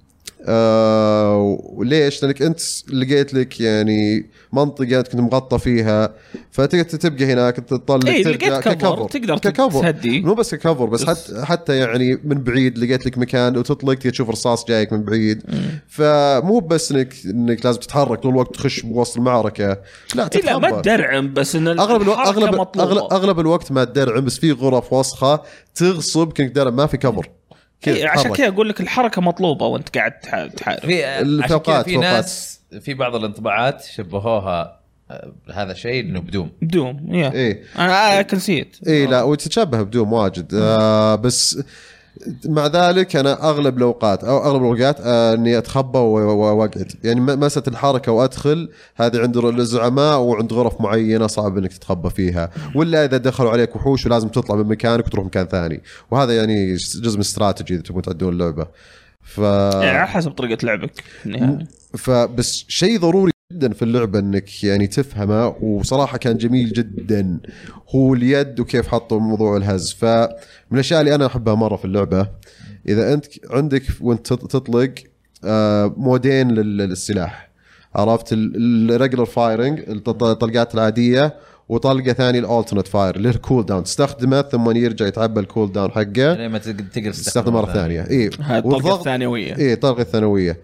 وليش؟ لأنك أنت لقيت لك يعني منطقة كنت مغطى فيها فتقدر تبقى هناك تطلع ترجع ككفر تقدر تهدي مو بس ككفر بس حتى يعني من بعيد لقيت لك مكان وتطلق تشوف رصاص جايك من بعيد. فمو بس انك لازم تتحرك طول الوقت تخش بوسط المعركة. لا ما تدرعم بس ان اغلب الوقت ما تدرعم بس في غرف وسخة تغصب كنك درعم ما في كفر. عشان كذا اقول لك الحركه مطلوبه وانت قاعد تحارب. في ناس في بعض الانطباعات شبهوها هذا الشيء انه بدوم انا كنسيت لا وتتشبه بدوم واجد. بس مع ذلك انا اغلب الاوقات اني اتخبى واقعد يعني مسألة الحركه وادخل هذه عند الزعماء وعند غرف معينه صعب انك تتخبى فيها، ولا اذا دخلوا عليك وحوش ولازم تطلع من مكانك وتروح مكان ثاني، وهذا يعني جزء من الاستراتيجي اذا تبون تعدون اللعبه. يعني على حسب طريقه لعبك فبس شيء ضروري جدا في اللعبة انك يعني تفهمه، وصراحة كان جميل جدا هو اليد وكيف حطوا موضوع الهز. فمن الاشياء اللي انا احبها مرة في اللعبة اذا انت عندك وانت تطلق مودين للسلاح، عرفت الريجولر فايرنج الطلقات العادية، وطلقة ثانية الالترنت فاير اللي هي الكول داون تستخدمه ثم يرجع يتعبى الكول داون حقه لما تقدر تستخدمه مرة ثانية. الطلقة الثانوية الطلقة الثانوية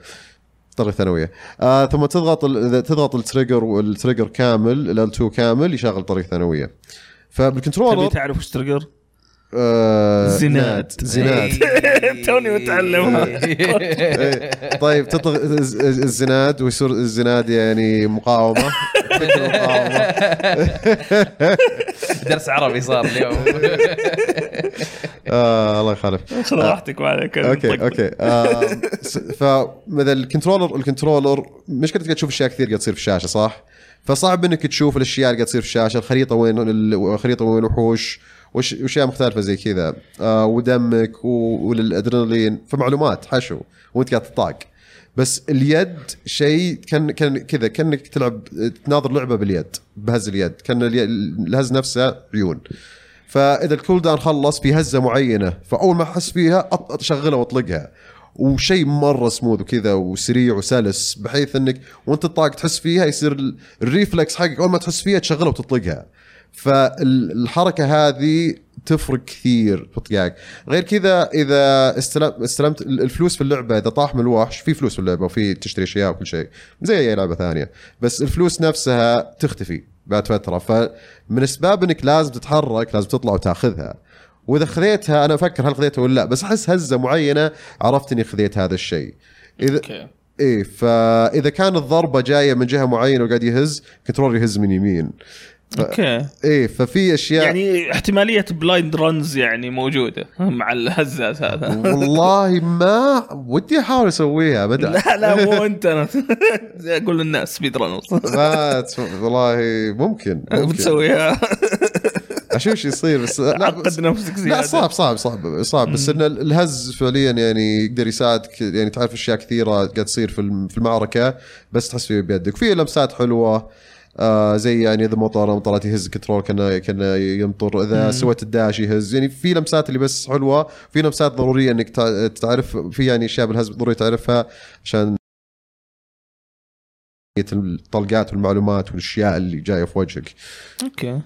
ثم تضغط التريجر والتريجر كامل ال2 كامل يشغل طريقة ثانوية. فبالكنترولر تبي تعرف وش تريجر؟ زناد توني متعلم. طيب تطلق الزناد ويصير الزناد يعني مقاومة. درس عربي صار اليوم. الله يخالف. خذ راحتك معك. اوكي فمثل الكنترولر مش كنت تشوف اشياء كثير قاعد تصير في الشاشة صح؟ فصعب انك تشوف الاشياء اللي قاعد تصير في الشاشة، الخريطة وين الوحوش واشياء مختلفه زي كذا، ودمك والادرينالين فمعلومات حشو وانت قاعد تطاق. بس اليد شيء كان كذا كانك تناظر لعبه باليد بهز اليد، كان الهز نفسه عيون. فاذا الكول داون خلص في هزه معينه فاول ما احس فيها اشغلها واطلقها، وشيء مره سموث وكذا وسريع وسلس بحيث انك وانت تطاق تحس فيها يصير الريفلكس حقك اول ما تحس فيها تشغلها وتطلقها. فالحركة هذه تفرق كثير في طقاق. غير كذا إذا استلمت الفلوس في اللعبة، إذا طاح من الوحش في فلوس في اللعبة وفي تشتري أشياء وكل شيء زي أي لعبة ثانية، بس الفلوس نفسها تختفي بعد فترة. فمن أسباب إنك لازم تتحرك لازم تطلع وتأخذها، وإذا خذيتها أنا أفكر هل خذيتها ولا لا، بس أحس هزة معينة عرفت إني خذيت هذا الشيء. فإذا كان الضربة جاية من جهة معينة وقاعد يهز كنترول يهز من يمين. ففي اشياء يعني احتماليه بلايند رنز يعني موجوده مع الهزات هذا. والله ما ودي احاول اسويها ابدا. لا مو انت، انا اقول للناس سبيد رنز. والله ممكن بتسويها اشوف ايش يصير، بس عقد نفسك زياده. لا صعب بس ان الهز فعليا يعني يقدر يساعدك، يعني تعرف اشياء كثيره قاعد تصير في المعركه بس تحس فيه بيدك. في لمسات حلوه زي يعني اذا مطرت يهز كنترول كان يمطر، اذا سويت الداش يهز، يعني في لمسات اللي بس حلوه، في لمسات ضروريه انك تعرف، في يعني اشياء بالهز ضروري تعرفها عشان الطلقات والمعلومات والاشياء اللي جايه في وجهك. اوكي.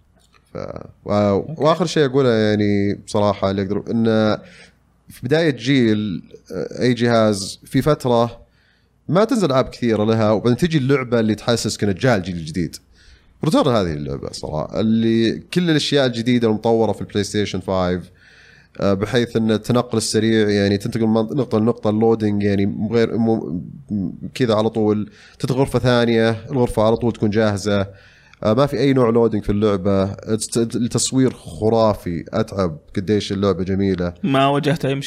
واخر شيء اقوله يعني بصراحه اللي اقدر ان في بدايه جيل اي جهاز في فتره ما تنزل ألعاب كثيرة لها، وبعدين تجي اللعبة اللي تحسس كأنها جاء الجيل الجديد. ريتيرن هذه اللعبة صراحة اللي كل الأشياء الجديدة المطورة في البلاي ستيشن 5 بحيث أن التنقل السريع يعني تنتقل من نقطة لنقطة اللودينج يعني غير كذا على طول تدخل غرفة ثانية الغرفة على طول تكون جاهزة ما في أي نوع لودينج في اللعبة التصوير خرافي أتعب قديش اللعبة جميلة ما واجهت أي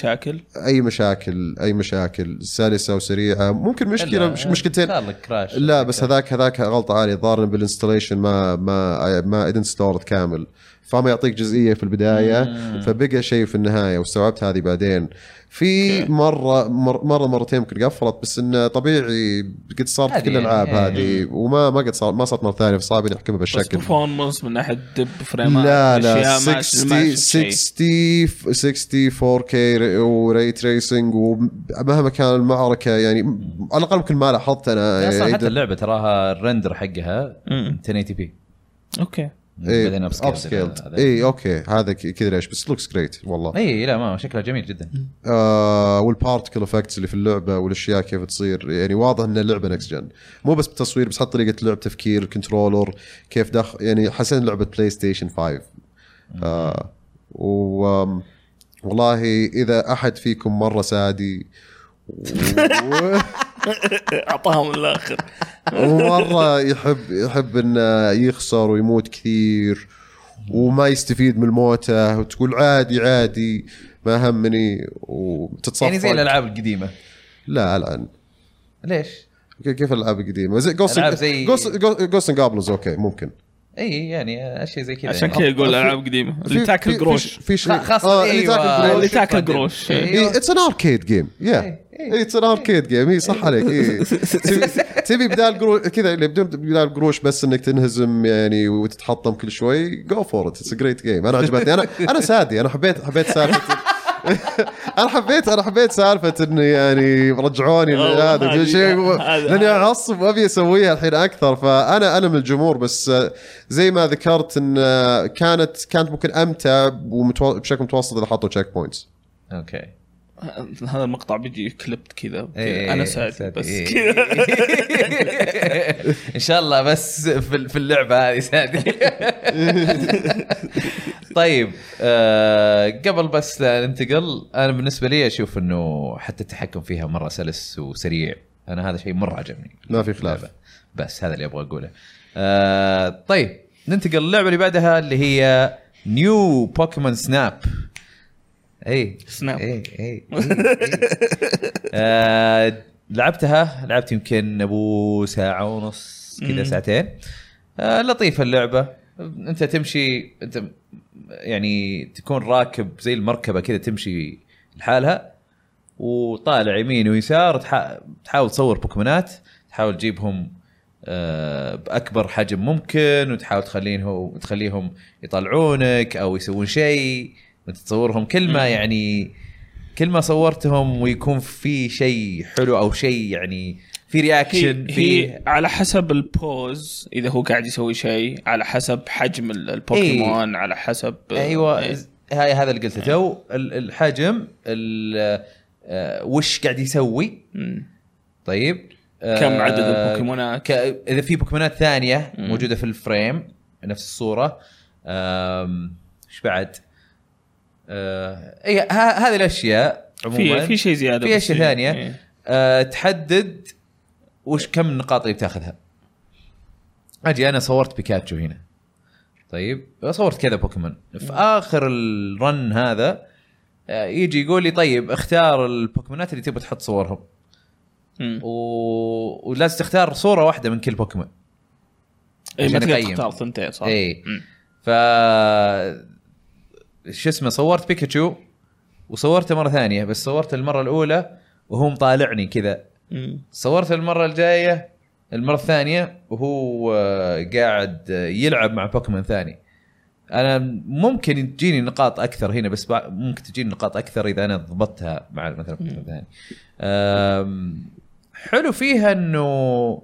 مشاكل سلسة وسريعة ممكن مشكلتين لا بس هذاك غلطة عالية ظاهر بالانستليشن ما إذن ستورد كامل فما يعطيك جزئية في البداية فبقى شيء في النهاية واستوعبت هذه بعدين في مرتين ممكن قفلت بس إنه طبيعي قد صارت كل الألعاب هذه وما قد صار ما صارت مرة ثانية فصعب نحكمها بالشكل بس من ناحية دب فريمات لا 60 4K وري تريسنج ومهما كان المعركة يعني على الأقل ممكن ما لاحظت أنا أصلا حتى اللعبة تراها الرندر حقها 1080p أوكي بعدين ابسكيل اوكي هذا كذا ليش بس لوكس جريت والله لا ما شكلها جميل جدا والبارتكل افكتس اللي في اللعبه والاشياء كيف تصير يعني واضح ان اللعبه نكست جن مو بس بالتصوير بس حتى طريقه اللعب تفكير الكنترولر كيف دخل يعني حسن لعبه بلاي ستيشن 5 والله اذا احد فيكم مره سادي أعطاهم الآخر ومرة يحب إنه يخسر ويموت كثير وما يستفيد من الموتة وتقول عادي ما همني وتتصفق يعني زي الألعاب القديمة لا الآن ليش كيف الألعاب القديمة زي Ghosts and Goblins أوكي ممكن يعني اشياء زي كذا عشان كذا يقول العاب قديمه اللي تاكل قروش خاصه اللي تاكل قروش اتس ان اركيد جيم اتس ان اركيد جيم صح عليك تبي بدال قروش كذا اللي بدال قروش بس انك تنهزم يعني وتتحطم كل شوي جو فور اتس ا جريت جيم انا عجبتني انا سادي انا حبيت سالفه انا حبيت سالفه انه يعني رجعوني لهذا شيء لاني اعصب وابي اسويها الحين اكثر فانا من الجمهور بس زي ما ذكرت ان كانت ممكن امتع بشكل متوسط اذا حطوا تشيك بوينتس اوكي هذا المقطع بيجي كليبت كذا انا سعيد بس كذا ان شاء الله بس في اللعبه هذه سعيد طيب قبل بس ننتقل انا بالنسبه لي اشوف انه حتى التحكم فيها مره سلس وسريع انا هذا شيء مره عجبني ما في خلاف بس هذا اللي ابغى اقوله طيب ننتقل للعبه اللي بعدها اللي هي نيو بوكيمون سناب سناب لعبت يمكن ابو ساعه ونص كذا ساعتين لطيفه اللعبه انت تمشي انت يعني تكون راكب زي المركبه كذا تمشي لحالها وطالع يمين ويسار تحاول تصور بوكيمونات تحاول تجيبهم باكبر حجم ممكن وتحاول تخليهم يطلعونك او يسوون شيء وتصورهم كل ما صورتهم ويكون في شيء حلو او شيء يعني في رياكشن في على حسب البوز اذا هو قاعد يسوي شيء على حسب حجم البوكيمون على حسب هذا اللي قلته تو الحجم وش قاعد يسوي طيب كم عدد البوكيمونات اذا في بوكيمونات ثانيه موجوده في الفريم نفس الصوره ايش بعد هذه الاشياء عموما في شيء زياده في اشياء ثانيه تحدد وش كم النقاط اللي بتاخذها اجي انا صورت بيكاتشو هنا طيب صورت كذا بوكيمون في اخر الرن هذا يجي يقول لي طيب اختار البوكيمونات اللي تبغى تحط صورهم ولازم تختار صوره واحده من كل بوكيمون ما تقدر تختار ثنتين صح ف شو اسمه صورت بيكاتشو وصورته مره ثانيه بس صورت المره الاولى وهو مطالعني كذا صورت المره الجايه المره الثانيه وهو قاعد يلعب مع بوكيمون ثاني انا ممكن تجيني نقاط اكثر هنا بس ممكن تجيني نقاط اكثر اذا انا ضبطتها مع مثلا بوكيمون ثاني حلو فيها انه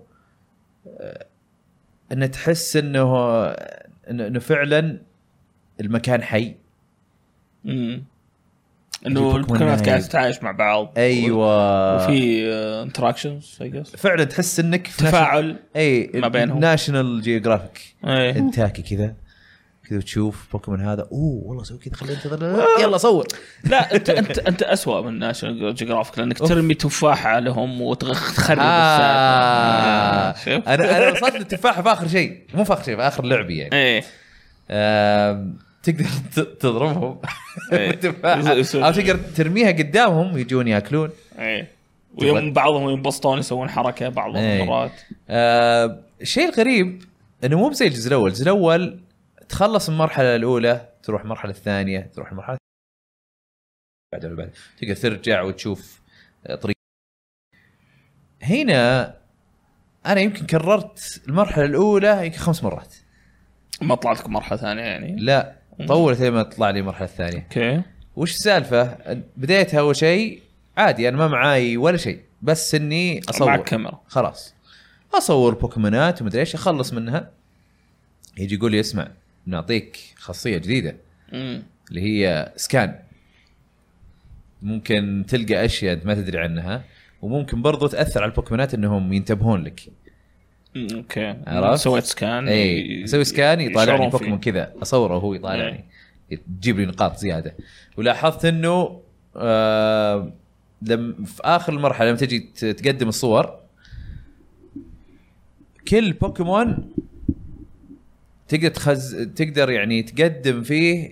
تحس انه فعلا المكان حي انه البوكيمونات قاعده تتعايش مع بعض. ايوه وفي انتراكشنز فعلا تحس انك تفاعل ما بينهم. ناشونال جيوغرافيك انتاكي كذا وتشوف بوكيمون هذا والله سوي كذا خلينا ننتظر يلا صور. لا انت اسوأ من ناشونال جيوغرافيك لانك ترمي تفاحه لهم وتخرب انا وصلت للتفاحه في اخر شيء، مو في اخر شيء، في اخر لعبي يعني. تقدر تضربهم او تقدر ترميها قدامهم يجون ياكلون. ويوم بعضهم ينبسطون يسوون حركه بعض المرات. الشيء الغريب انه مو زي الجزء الاول. الجزء الاول تخلص المرحله الاولى تروح المرحله الثانيه تروح المرحله بعد تقدر ترجع وتشوف طريق. هنا انا يمكن كررت المرحله الاولى يمكن 5 مرات، ما طلعت لك مرحله ثانيه يعني؟ لا طولت لما تطلع لي المرحله الثانيه. اوكي وش السالفه؟ بدايتها اول شيء عادي، انا ما معاي ولا شيء بس اني اصور معك كاميرا خلاص، اصور بوكيمونات ومدري ايش، اخلص منها يجي يقول لي اسمع نعطيك خاصيه جديده اللي هي سكان، ممكن تلقى اشياء انت ما تدري عنها وممكن برضو تاثر على البوكيمونات انهم ينتبهون لك. اوكي سويت سكان. اسوي سكان يطالعني بوكيمون كذا، اصوره وهو يطالعني تجيب لي نقاط زياده. ولاحظت انه لما في اخر المرحله لما تجي تقدم الصور كل بوكيمون تقدر تقدر يعني تقدم فيه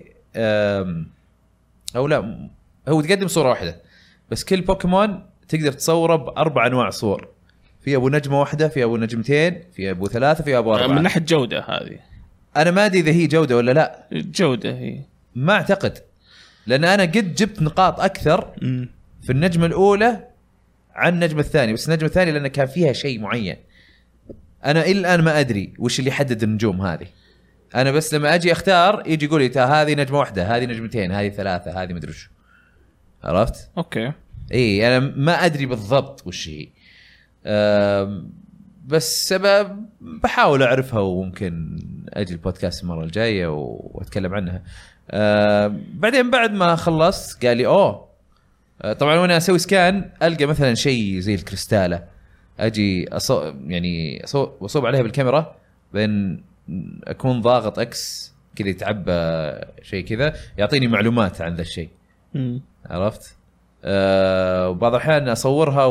او لا هو تقدم صوره واحده بس كل بوكيمون تقدر تصوره ب4 انواع صور، في ابو نجمه واحده، في ابو نجمتين، في ابو 3، في ابو 4. من ناحيه جوده هذه انا ما ادري اذا هي جوده ولا لا. جوده هي ما اعتقد، لان انا قد جبت نقاط اكثر في النجمه الاولى عن النجمه الثانيه، بس النجمه الثانيه لان كان فيها شيء معين انا الى الان ما ادري وش اللي يحدد النجوم هذه. انا بس لما اجي اختار يجي يقول لي هذه نجمه واحده، هذه نجمتين، هذه 3، هذه مدري وش. عرفت؟ اوكي اي انا ما ادري بالضبط وش هي، بس سبب بحاول اعرفها وممكن اجي البودكاست المره الجايه واتكلم عنها. بعدين بعد ما خلصت قال لي طبعا وانا اسوي سكان القى مثلا شيء زي الكريستاله، اجي يعني اصوب عليها بالكاميرا بين اكون ضاغط اكس كذا يتعبى شيء كذا يعطيني معلومات عن ذا الشيء. عرفت؟ وبعض الاحيان اصورها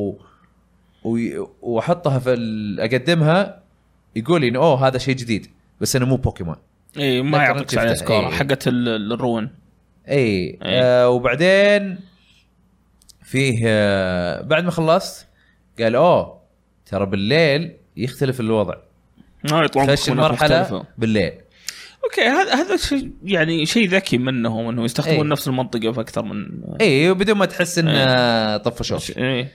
واحطها في اقدمها يقول لي هذا شيء جديد بس انا مو بوكيمون. اي ما يعطيك على سكور حقت الرون. اي وبعدين فيه بعد ما خلصت قال ترى بالليل يختلف الوضع. يطلعون مرحله بالليل. اوكي هذا شيء يعني شيء ذكي منهم انه يستخدمون نفس المنطقه في اكثر من وبدون ما تحس ان طفشوك.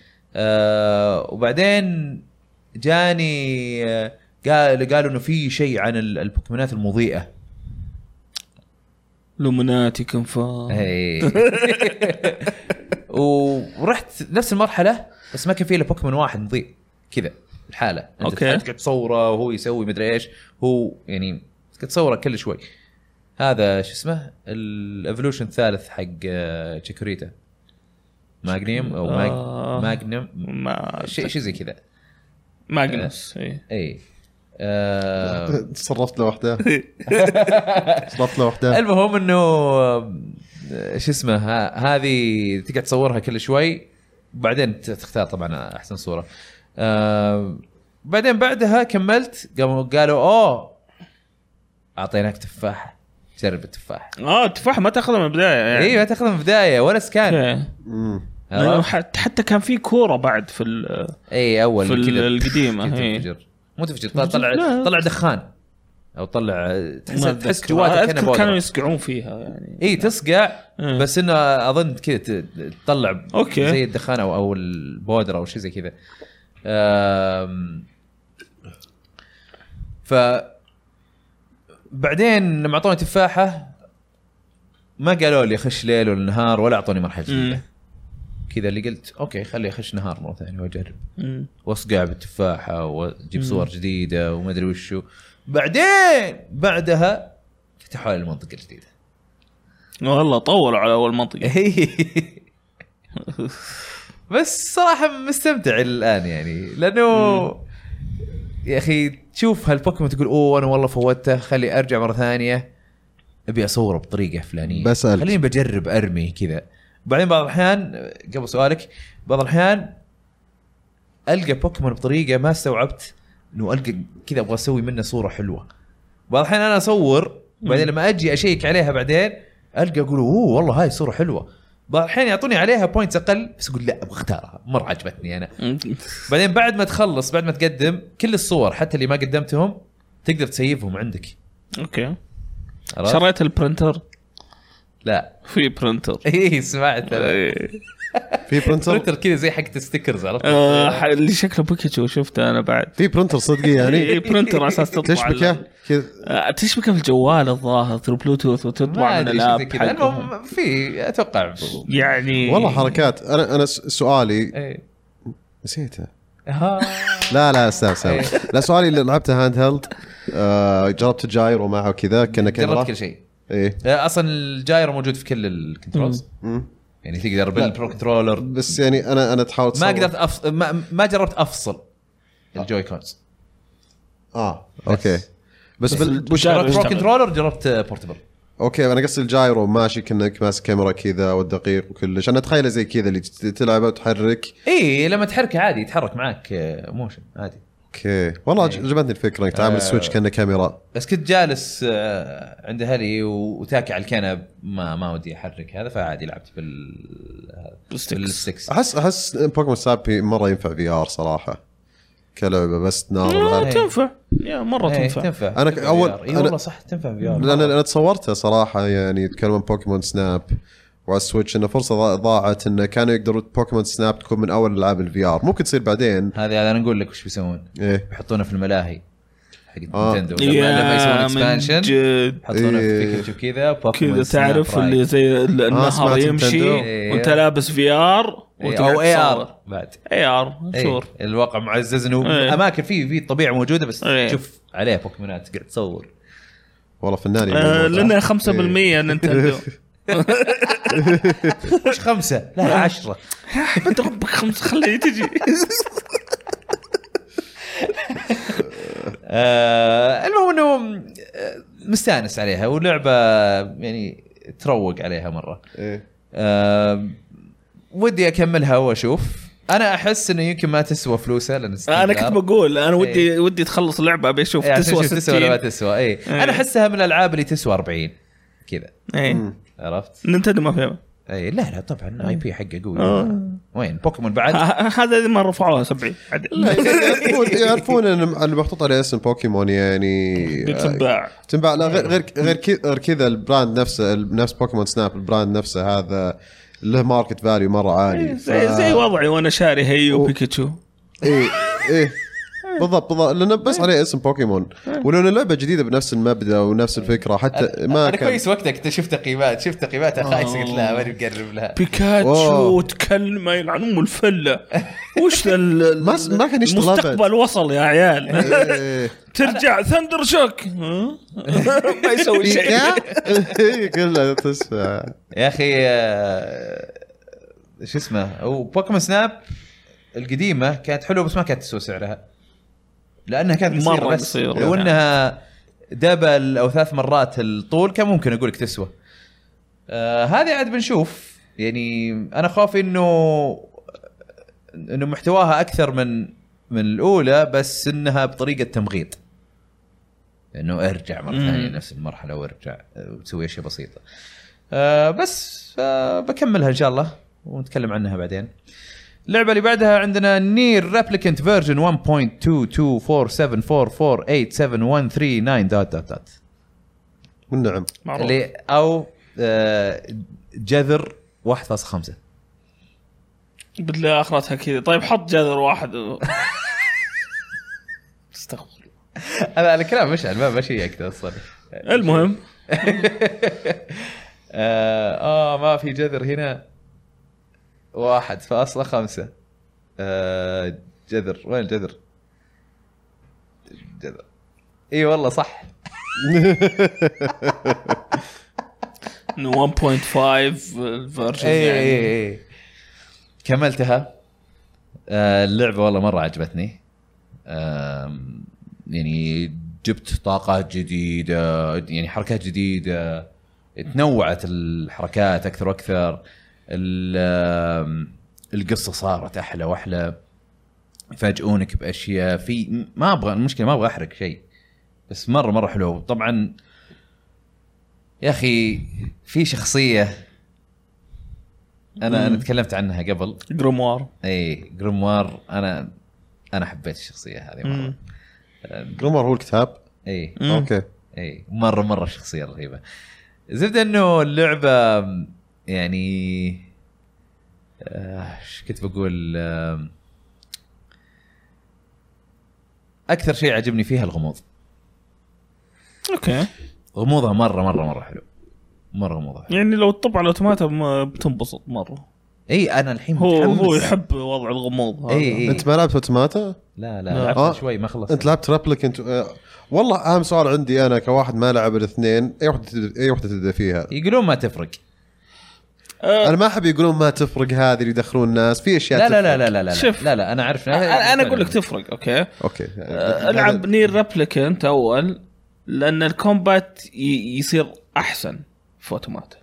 وبعدين جاني قالوا انه في شيء عن البوكيمونات المضيئه لومناتي كنفا. ورحت نفس المرحله بس ما كان فيه الا بوكيمون واحد مضيء كذا الحاله. انت تقعد تصوره وهو يسوي مدري ايش، هو يعني تصوره كل شوي. هذا شو اسمه الايفولوشن الثالث حق تشيكوريتا ماغنيوم او ماغنيوم شيء زي كذا ماغنوس. اي تصرفت له وحده. تصرفت له وحده. المهم انه شو اسمه هذه تقعد تصورها كل شوي وبعدين تختار طبعا احسن صوره. بعدين بعدها كملت قالوا اعطيناك تفاحه جرب التفاح. التفاح ما تاخذه من البدايه يعني. ايوه تاخذه من البدايه ولا سكان. حتى كان في كوره بعد في اول في القديمه مو تفجر طلع دخان او طلع تحس جواتك كانوا يسقعون فيها يعني. تصقع بس انه اظن كذا تطلع زي الدخان او البودره او شيء زي كذا. ف بعدين لما اعطوني تفاحه ما قالوا لي خش ليل ولا نهار ولا اعطوني مرحله جديده كذا. اللي قلت اوكي خلي اخش نهار مره ثانيه واجرب واصقع بالتفاحه واجيب صور جديده وما ادري وشو. بعدين بعدها فتحوا لي المنطقه الجديده. والله طولوا على اول منطقه. بس صراحه مستمتع الان يعني لانه يا اخي تشوف هالبوكيمون تقول اوه انا والله فوتته خلي ارجع مره ثانيه ابي اصوره بطريقه فلانيه بسألك. خليني بجرب ارمي كذا. بعدين بعض الاحيان قبل سؤالك بعض الاحيان القى بوكيمون بطريقه ما استوعبت انه القى كذا ابغى اسوي منه صوره حلوه. بعض الاحيان انا اصور بعدين لما اجي اشيك عليها بعدين القى اقول اوه والله هاي صوره حلوه. بعض الاحيان يعطوني عليها بوينتس اقل بس اقول لا ابغى اختارها مره عجبتني انا. بعدين بعد ما تخلص بعد ما تقدم كل الصور حتى اللي ما قدمتهم تقدر تسيفهم عندك. اوكي شريت البرنتر؟ لا في برنتر. ايه سمعت في برنتر كذا زي حق الستيكرز عرفت اللي شكله بيكاتشو شفته انا بعد. في برنتر صدقي يعني ايه برنتر اساس تطبع تشبكه كذا تشبكه في الجوال الظاهر ثرو بلوتوث وتطبع من الاب. المهم في اتوقع يعني والله حركات. انا سؤالي نسيته. لا استنى لا سؤالي اللي لعبته هاند هيلد جربت الجايرو معه كذا كنا جربت كل شيء. ايه اصلا الجايرو موجود في كل الكنترولز يعني تقدر بالبرو كنترولر بس يعني انا تحاول ما قدرت ما جربت افصل الجوي كونز. اوكي بس بالبرو كنترولر جربت بورتبل. اوكي انا قصدي الجايرو ماشي كأنك ماسك كاميرا كذا والدقيق وكلش. انا اتخيله زي كذا اللي تلعبه وتحرك. ايه لما تحركه عادي يتحرك معك موشن عادي. اوكي والله عجبتني الفكره انك تعامل السويتش كأنه كاميرا. بس كنت جالس عند اهلي وتاكي على الكنب ما ودي احرك هذا فعادي لعبت بالستكس. احس بوكيمون سابي مره ينفع في ار صراحه كلعبه بس نار. تنفع يا مره تنفع. انا اول والله صح تنفع في ار. انا تصورتها صراحه يعني يتكلمون بوكيمون سناب وعلى السويتش انه فرصه ضاعت انه كانوا يقدروا بوكيمون سناب تكون من اول العاب الفي ار. ممكن تصير بعدين. هذا انا نقول لك وش بيسوون. بيحطونه في الملاهي حق نينتندو لما يسوون اكسبانشن يحطونه في بيكاتشو كذا بوكيمون تعرف اللي زي النهر يمشي وانت لابس في ار او اي ار بعد اي ار صور الواقع معزز انه اماكن في الطبيعه موجوده بس تشوف عليها بوكيمونات قاعد تصور. والله فنان لنا 5% نينتندو. مش 5 لا 10 يا احمد ربك 5 خليه تجي. المهم انه مستانس عليها ولعبه يعني تروق عليها مره. ودي اكملها واشوف. انا احس انه يمكن ما تسوى فلوسها لان انا كنت بقول انا ودي تخلص اللعبه ابي اشوف تسوى ولا ما تسوى. انا احسها من الالعاب اللي تسوى 40 كذا. عرفت نينتندو ما فيها. لا طبعا اي بي حقه قوي. وين بوكيمون بعد هذا ما رفعوها 70 يعرفون ان المحطوط عليه اسم بوكيمون يعني تنباع. لا غير كذا البراند نفسه نفس بوكيمون سناب البراند نفسه هذا له ماركت فاليو مره عالي. زي وضعي وانا شاري هيو بيكاتشو. ايه بالضبط لأنه بس عليه اسم بوكيمون ولو لعبة جديدة بنفس المبدأ ونفس الفكرة حتى ما أنا كويس وقتك أنت شفت قيماتها خايسة قلت لها ماني مقرب لها. بيكاتشو تكلم يلعن أم الفلة وش ما كان يشتغل المستقبل وصل يا عيال. ترجع ثندر شوك ما يسوي شيء كله تسمع يا أخي. شو اسمه أو بوكيمون سناب القديمة كانت حلوة بس ما كانت تسوى سعرها لأنها كانت مرة قصيرة. لو أنها دبل أو 3 مرات الطول كان ممكن أقولك تسوى. هذه عاد بنشوف يعني. أنا خاف إنه محتواها أكثر من الأولى بس إنها بطريقة تمغيط إنه ارجع مرة ثانية نفس المرحلة وارجع وتسوي أشياء بسيطة. بس بكملها إن شاء الله ونتكلم عنها بعدين. اللعبة اللي بعدها عندنا نير ريبليكنت فيرجن 1.224787139 ... والنعم اللي او جذر 1.5 بالله اخرتها كذا. طيب حط جذر 1 استغفر هذا الكلام مش ما ماشي اكثر اصلا. المهم ما في جذر هنا 1.5 جذر. وين الجذر؟ جذر اي والله صح. انه 1.5 الفيرجن يعني. كملتها. اللعبه والله مره عجبتني. يعني جبت طاقات جديده، يعني حركات جديده، تنوعت الحركات اكثر واكثر. القصه صارت احلى واحلى، يفاجئونك باشياء في ما ابغى. المشكله ما ابغى احرق شيء، بس مره حلو. طبعا يا اخي في شخصيه انا تكلمت عنها قبل، جروموار. اي جروموار، انا حبيت الشخصيه هذه مره. جروموار هو الكتاب. اي اوكي. اي مره شخصيه رهيبه. زبده انه اللعبه يعني ايش كنت بقول، اكثر شيء عجبني فيها الغموض. اوكي. غموضها مره حلو، مره غموضها حلو. يعني لو تطب على اوتوماتا بتنبسط مره. اي انا الحين هو يحب وضع الغموض هذا. إيه. انت ما لعبت اوتوماتا؟ لا لعبت شوي ما خلصت. انت لعبت ريبليكنت؟ والله اهم سؤال عندي انا كواحد ما لعب الاثنين، اي وحده تبدا فيها؟ يقولون ما تفرق. انا ما احب يقولون ما تفرق، هذه اللي يدخلون الناس في اشياء لا تفرق. لا انا عارف. انا اقول لك تفرق. اوكي العب نير ريبليكنت اول، لان الكومبات يصير احسن في اوتوماتا.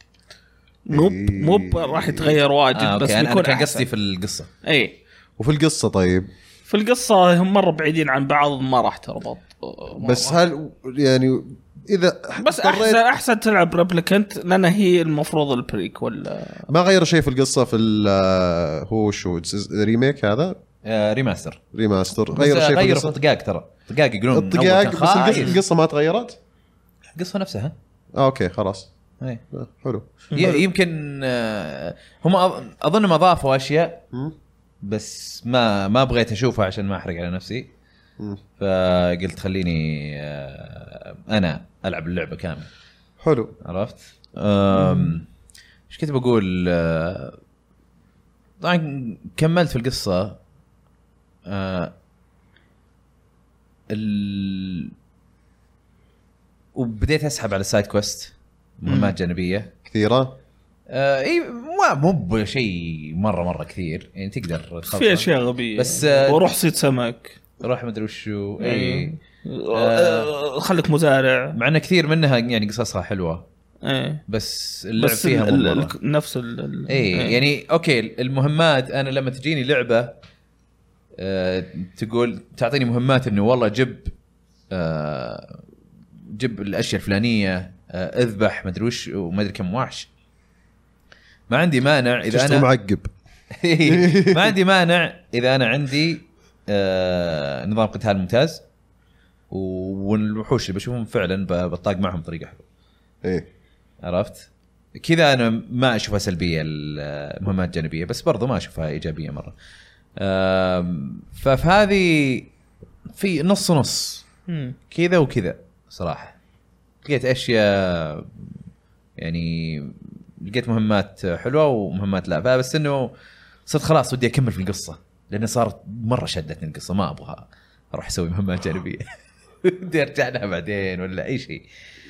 مو راح يتغير واجد. بس أنا بيكون كان احسن. قصدي في القصه. اي وفي القصه طيب، في القصه هم مره بعيدين عن بعض، ما راح تربط بس هل يعني اذا بس احسن تلعب ريبليكنت، لان هي المفروض البريك ولا ما غير شيء في القصه. في هو شو ريميك هذا؟ ريماستر غير شيء في الطقاق. ترى طقاق يقولون الطقاق، بس القصه ما تغيرت. القصه نفسها. اوكي خلاص. اي حلو. يمكن هم اظن ما ضافوا اشياء، بس ما بغيت اشوفها عشان ما احرق على نفسي. فقلت خليني انا العب اللعبه كامله. حلو. عرفت ايش كنت بقول؟ طبعا كملت في القصه. وبديت اسحب على السايد كويست، مهمات جانبيه كثيره. اي مو بشيء مره كثير، يعني تقدر في اشياء غبيه بس وروح صيد سمك، روح مدري وشو. اي خليك مزارع، مع ان كثير منها يعني قصصها حلوه. بس اللعب فيها نفس يعني اوكي المهمات. انا لما تجيني لعبه تقول تعطيني مهمات انه والله جب الاشياء الفلانيه، اذبح مدري وش وما ادري كم وحش، ما عندي مانع اذا انا معقب. ما عندي مانع اذا انا عندي نظام قتال ممتاز، والوحوش اللي بشوفهم فعلا بطاق معهم بطريقه حلوه. ايه عرفت كذا. انا ما اشوفها سلبيه المهمات الجانبيه، بس برضو ما اشوفها ايجابيه مره. ففي هذه في نص كذا وكذا صراحه. لقيت اشياء يعني لقيت مهمات حلوه ومهمات لا، بس انه صرت خلاص ودي اكمل في القصه، لان صارت مره شدتني القصه، ما ابغى اروح اسوي مهمات جانبيه. بدي ارجع لها بعدين ولا اي شيء.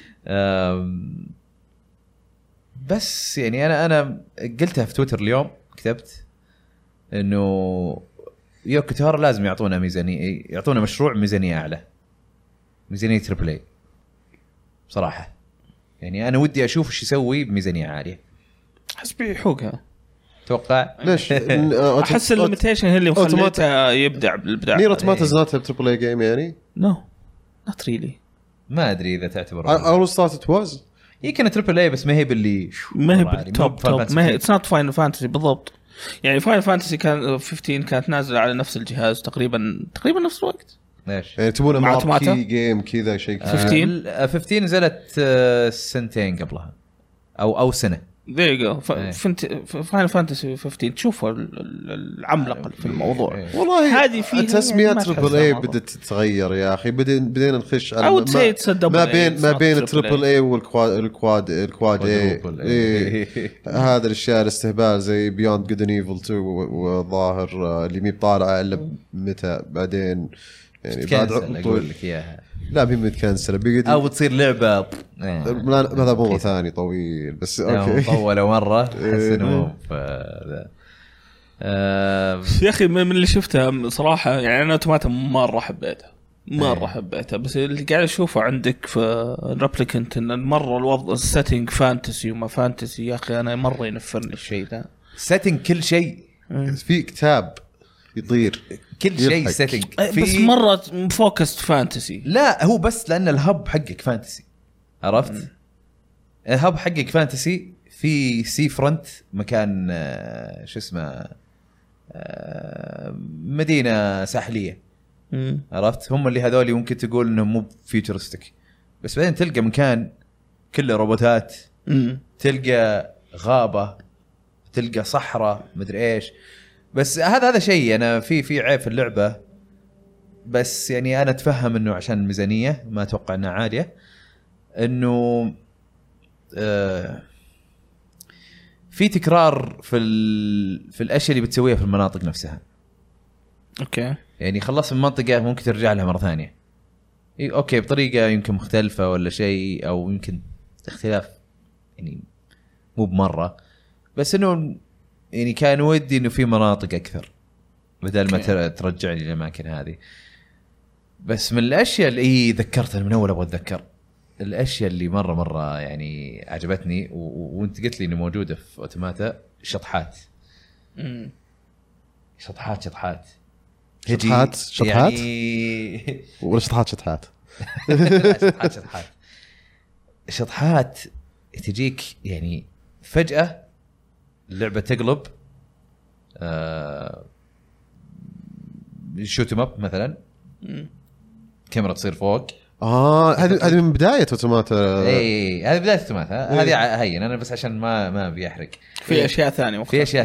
بس يعني انا قلتها في تويتر اليوم، كتبت انه يوكو تارو لازم يعطونا ميزانيه، يعطونا مشروع ميزانيه اعلى، ميزانيه تريبل اي بصراحه. يعني انا ودي اشوف ايش يسوي بميزانيه عاليه. حسبي يحوقها توقع. ليش؟ احس الليميتيشن هي اللي مخليته يبدع بالابداع. نير اوتوماتا زناتها تريبل اي جيم يعني؟ نو نوت ريلي. ما ادري اذا تعتبر اول ستارت واز هي كانت تريبل اي، بس ما هي باللي ما هي بالتوب ما هي اتس نوت فاينل فانتسي بالضبط. يعني فاينل فانتسي كان 15 كانت نازله على نفس الجهاز تقريبا نفس الوقت. ليش يعني تبون ماركي جيم كذا شيء؟ 15 نزلت سنتين قبلها او سنه. there you go. فاينل فانتسي 15 تشوفوا العملاق في الموضوع. والله هذه فيها تسميات تريبل اي بدت تتغير يا اخي. بدينا نخش على ما بين تريبل اي والكواد اي. هذا الاشياء الاستهبال زي بيوند جود اند ايفل 2 وظاهر اللي مي طالعه الا متى بعدين يعني بعد اقول لك اياها لا بي متكنسله بيقعد او بتصير لعبه هذا مو ثاني طويل بس اوكي طوله مره احس انه يا اخي من اللي شفتها صراحه يعني انا اوتوماتا مره حبيتها بس اللي قاعد اشوفه عندك في ريبليكنت ان مره الوضع السيتنج فانتسي وما فانتسي يا اخي انا مره ينفرني الشيء ذا سيتنج كل شيء في كتاب يطير كل شيء سيتنج بس مره فوكست فانتسي لا هو بس لان الهب حقك فانتسي عرفت الهب حقك فانتسي في سي فرونت مكان شو اسمه مدينه ساحليه عرفت هم اللي هذول ممكن تقول انهم مو فيوتشرستيك بس بعدين تلقى مكان كله روبوتات تلقى غابه تلقى صحراء مدري ايش بس هذا شيء انا في عيب في اللعبه بس يعني انا اتفهم انه عشان الميزانيه ما اتوقع انها عاليه انه في تكرار في الاشياء اللي بتسويها في المناطق نفسها اوكي يعني خلص المنطقه ممكن ترجع لها مره ثانيه اوكي بطريقه يمكن مختلفه ولا شيء او يمكن اختلاف يعني مو بمره بس انه يعني كان ودي انه في مناطق اكثر بدل ما ترجعني للاماكن هذه بس من الاشياء اللي ذكرتها من اول ابغى اتذكر الاشياء اللي مره يعني عجبتني وانت قلت لي انه موجوده في اوتوماتا شطحات شطحات يعني ولا شطحات شطحات تجيك يعني فجأة اللعبة تقلب شوت ماب مثلا كاميرا تصير فوق هذه من بداية اوتوماتا اي هذه بداية اوتوماتا هذه هين انا بس عشان ما بيحرق في اشياء ثانية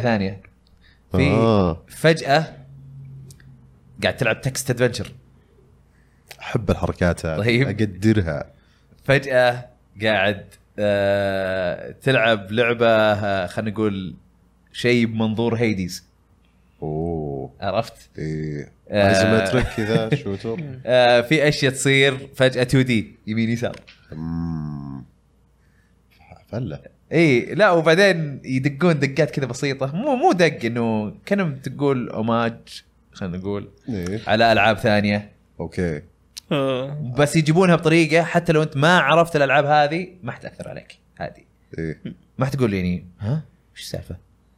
في فجأة قاعد تلعب تكست ادفنتشر احب الحركات هذه طيب. اقدرها فجأة قاعد تلعب لعبة خلينا نقول شيء بمنظور هيديز عرفت ايزومتريك كذا شوتر في اشياء تصير فجأة 2D يمين يسار فله اي لا وبعدين يدقون دقات كذا بسيطة مو دق انه كانوا تقول اوماج خلينا نقول على العاب ثانية اوكي بس يجيبونها بطريقة حتى لو انت ما عرفت الالعاب هذه ما حتأثر عليك هذه ما حتقول يعني ها ايش السالفة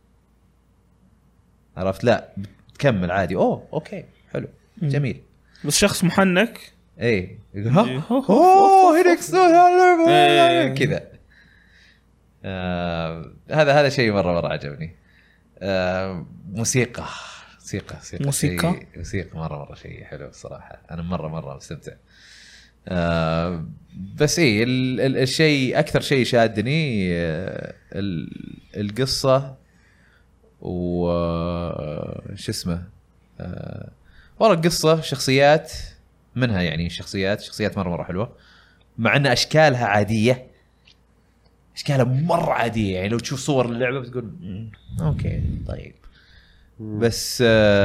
عرفت لا تكمل عادي اوكي حلو جميل بس شخص محنك ايه ها هيك كذا هذا شيء مره عجبني موسيقى مره شيء حلو الصراحه انا مره مستمتع بس ايه الشيء اكثر شيء شادني القصه وش اسمه ورا القصة شخصيات منها يعني شخصيات مرة حلوة مع أن أشكالها عادية أشكالها مرة عادية يعني لو تشوف صور اللعبة بتقول أوكي طيب بس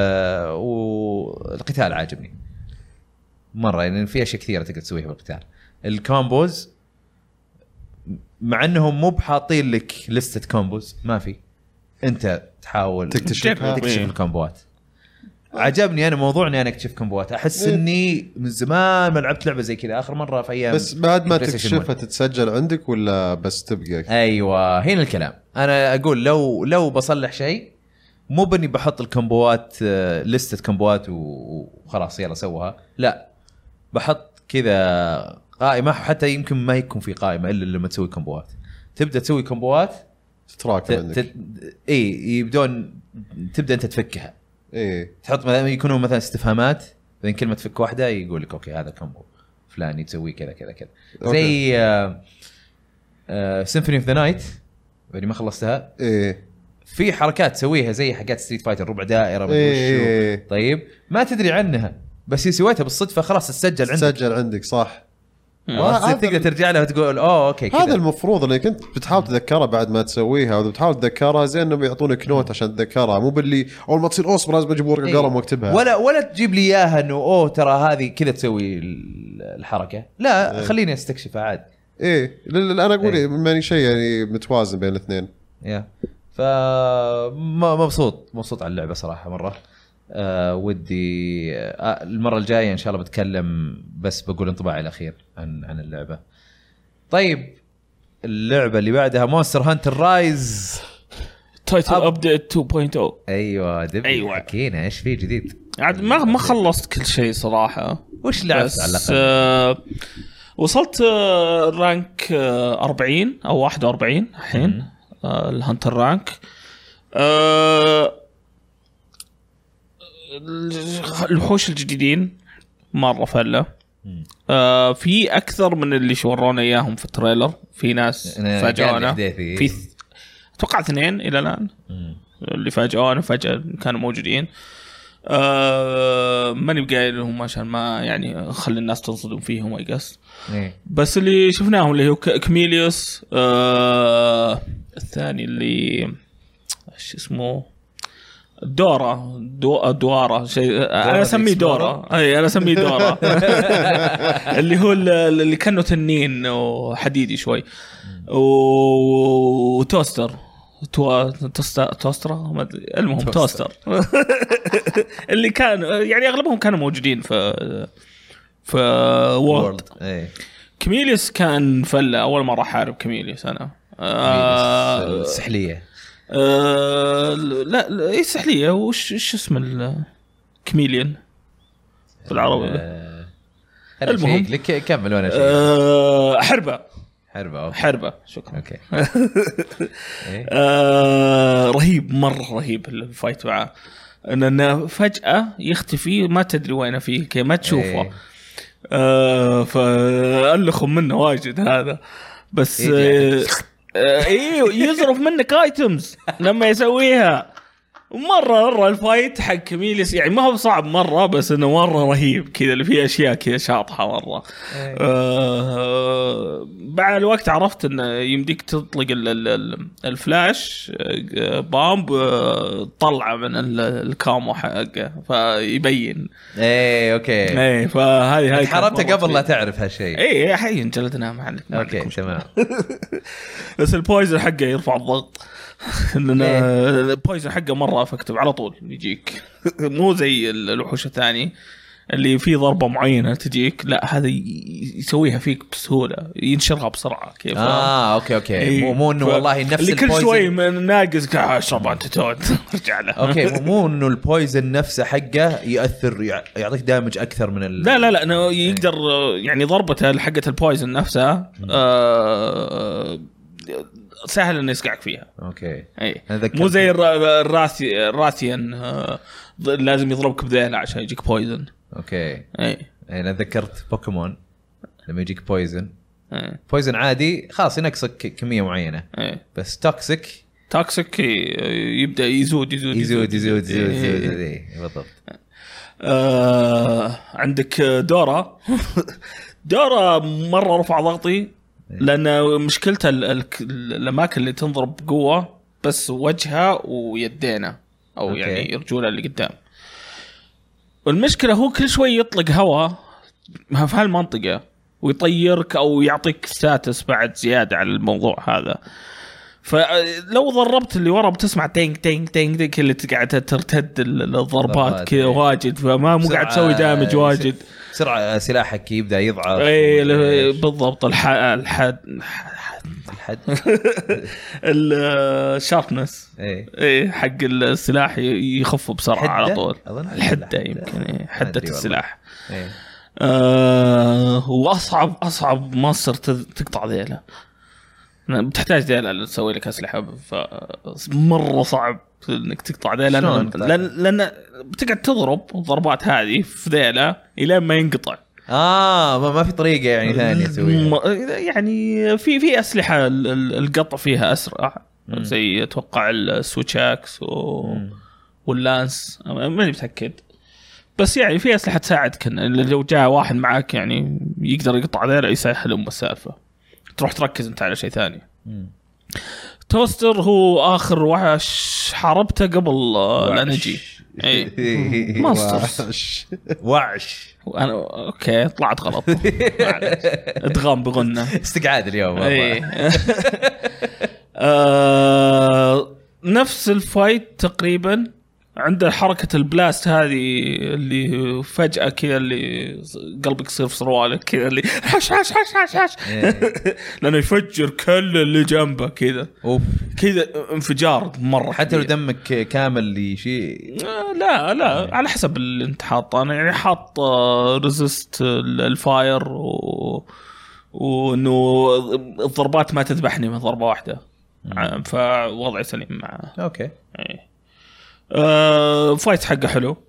والقتال عاجبني مرة يعني في أشياء كثيرة تقدر تسويها بالقتال الكومبوز مع أنهم مو بحاطين لك لستة كومبوز ما في أنت تحاول تكتشف الكومبوات عجبني انا موضوع اني انا اكتشف كومبوات احس اني من زمان ما لعبت لعبه زي كذا اخر مره في ايام بس بعد ما تكتشفها تتسجل عندك ولا بس تبقى ايوه هنا الكلام انا اقول لو بصلح شيء مو بني بحط الكومبوات لستة كومبوات وخلاص يلا سوها لا بحط كذا قائمه حتى يمكن ما يكون في قائمه الا لما تسوي كومبوات تبدا تسوي كومبوات تراكم عندك يبدون تبدا انت تفكها تحط مثلا يكونوا مثلا استفهامات بين كلمه فك واحده يقول لك اوكي هذا كومبو فلاني تسوي كذا زي سيمفوني اوف ذا نايت اللي ما خلصتها في حركات تسويها زي حاجات ستريت فايتر ربع دائره طيب ما تدري عنها بس هي سويتها بالصدفه خلاص تسجل عندك صح تقدر ترجع لها وتقول اوكي كذا. هذا المفروض انك انت بتحاول تذكرها بعد ما تسويها، او بتحاول تذكرها زين انهم يعطونك نوت عشان تذكرها، مو باللي اول ما تصير اصبر لازم اجيب ورقه قلم واكتبها. ولا تجيب لي اياها انه ترى هذه كذا تسوي الحركه. لا خليني استكشفها عاد. ايه انا اقول ماني شيء يعني متوازن بين الاثنين. مبسوط على اللعبه صراحه مره. ودي المره الجايه ان شاء الله بتكلم، بس بقول انطباعي الاخير عن اللعبه. طيب اللعبه اللي بعدها مونستر هانتر رايز تايتل ابديت 2.0. ايوه حكينا ايش في جديد. عاد ما خلصت كل شيء صراحه. وش لعبت على الاقل؟ وصلت رانك 40 او 41 الحين. الهانتر رانك. الوحوش الجديدين مرة فلة. في أكثر من اللي شورونا إياهم في التريلر. في ناس فاجأونا، في أتوقع 2 إلى الآن اللي فاجأونا فجأة كانوا موجودين. ماني بقايل لهم عشان ما يعني خلي الناس تنصدم فيهم ويقص. بس اللي شفناهم اللي هو كميليوس. الثاني اللي ايش اسمه دوارة شيء انا اسميه دورة. انا اسميه دورة. اللي هو اللي كانه تنين وحديدي شوي. وتوستر توستر المهم توستر. اللي كان يعني اغلبهم كانوا موجودين في وورد. كميليوس كان فله اول مره احارب كميليوس انا. السحليه. لا ايه سحليه. وش اسم الكميليان بالعربي؟ المهم كمل وانا شيء. حربة شكرا. اوكي. رهيب مرة رهيب الفايت معه. انه فجأة يختفي ما تدري وين فيه كي ما تشوفه. فألخم منه واجد هذا بس. يزرف منك ايتمز لما يسويها. مرة الفايت حق كميليس يعني ما هو صعب مرة، بس انه مرة رهيب كذا اللي فيه اشياء كذا شاطحة مرة. بعد الوقت عرفت انه يمديك تطلق الفلاش بامب طلعه من الكامو حقه فيبين. اوكي. فهذه حرمتها قبل لا تعرف هالشيء. حي جلدنا معلك. اوكي تمام. بس البويزن حقه يرفع الضغط. لأن البويزن حقه مرة افكتيف على طول يجيك. مو زي الوحوش الثاني اللي فيه ضربة معينة تجيك، لا هذا يسويها فيك بسهولة، ينشرها بسرعة كيف. اوكي. مو انه والله نفس اللي كل شوي من ناقص اشرب انت تود ارجع له. اوكي مو انه البويزن نفسه حقه يأثر يعطيك دامج اكثر من لا انه يقدر يعني ضربته حقة البويزن نفسها سهل انه يسقعك فيها. اوكي. مو زي الراثيان لازم يضربك بذيله عشان يجيك بويزن. اوكي. انا ذكرت بوكيمون لما يجيك بويزن. بويزن عادي خلاص ينقصك كميه معينه. بس توكسيك يبدا يزود بالضبط. عندك دورة مرة رفع ضغطي، لأن مشكلتها الأماكن اللي تنضرب بقوة بس وجهها ويدينا أو يعني رجولها اللي قدام. والمشكلة هو كل شوي يطلق هواء في هالمنطقة ويطيرك أو يعطيك ستاتس بعد زيادة على الموضوع هذا. فلو ضربت اللي ورا بتسمع تينك تينك تينك اللي قاعدة ترتد الضربات كذا واجد، فما مو قاعد تسوي دامج واجد. بسرعة سلاحك يبدأ يضعف. بالضبط. الحد الشاربنس حق السلاح يخف بسرعة على طول. الحدة يمكن حدة السلاح. وأصعب ماستر تقطع ذيله، بتحتاج ذيله تسوي لك أسلحة، فمرة صعب انك تقطع ذيله لأن بتقعد تضرب الضربات هذه في ذيله إلى ما ينقطع. ما في طريقة يعني ثانية تسويها. يعني في أسلحة القطع فيها أسرع، زي أتوقع السويتشاكس واللانس، ماني متأكد. بس يعني في اسلحه تساعدك لو جاء واحد معك يعني يقدر يقطع ذيله يسهل السالفه، تروح تركز انت على شيء ثاني. توستر هو اخر وحش حاربته قبل لا نجي. اي ماسترز وعش. انا اوكي طلعت غلط. ادغام بغنى استقعاد اليوم. نفس الفايت تقريبا، عنده حركة البلاست هذه اللي فجأة كذا اللي قلبك يصير في سروالك كذا اللي حش حش حش حش حش لأنه يفجر كل اللي جنبه كذا كذا انفجار مرة حتى لو دمك كامل اللي شيء. لا على حسب اللي انت حاطه. أنا يعني حاط ريزيست الفاير وإنه الضربات ما تذبحني من ضربة واحدة، فوضعي سليم معه. اوكي. فايت حقه حلو.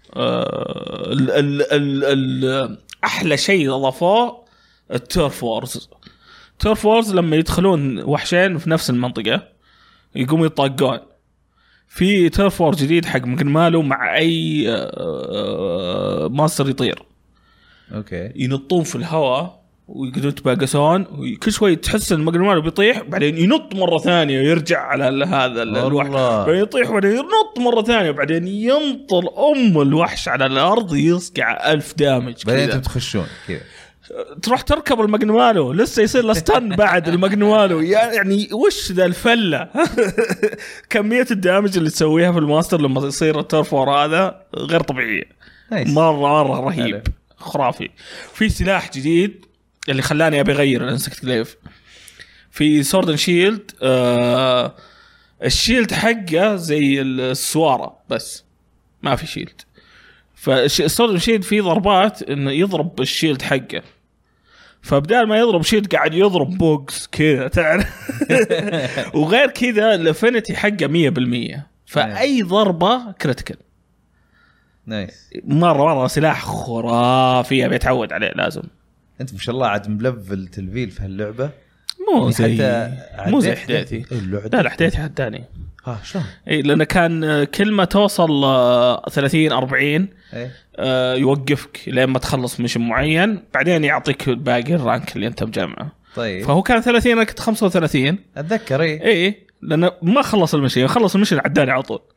احلى شيء اضافوه التيرف وورز لما يدخلون وحشين في نفس المنطقه يقوموا يطاقون. في تيرف وورز جديد حق ممكن ماله مع اي ماستر يطير. اوكي. ينطون في الهواء ويقدرون يتباقسون، وكل شوي تحس ان المجنون بيطيح بعدين ينط مره ثانيه ويرجع على هذا الوحش، بعدين يطيح بعدين ينط مره ثانيه بعدين ينطر الوحش على الارض يصقع 1000 دامج. بعدين انتم تخشون كذا تروح تركب المجنوالو لسه يصير لستان بعد المجنوالو. يعني وش ذا الفله. كميه الدامج اللي تسويها في الماستر لما يصير الترفور هذا غير طبيعيه. مره رهيب خرافي. في سلاح جديد اللي خلاني أبي أغير الانسكت جليف في سورد اند شيلد. الشيلد حقه زي السوارة بس ما في شيلد. فالسورد اند شيلد فيه ضربات إنه يضرب الشيلد حقه، فبدال ما يضرب شيلد قاعد يضرب بوكس كذا تعرف. وغير كذا الافينيتي حقه 100%، فأي ضربة كريتيكال. نايس. مرة سلاح خرافي بيتعود عليه لازم. انت ما شاء الله عاد ملفل تلفيل في هاللعبه. مو زي حديثي. لا حديثي حداني. شلون؟ اي لان كان كلمه توصل 30 40 يوقفك لين ما تخلص ميشن معين، بعدين يعطيك باقي الرانك اللي انت مجمعه. طيب فهو كان 30 انا كنت 35 اتذكر. اي لانه ما خلص الميشن، خلص الميشن عداني على طول.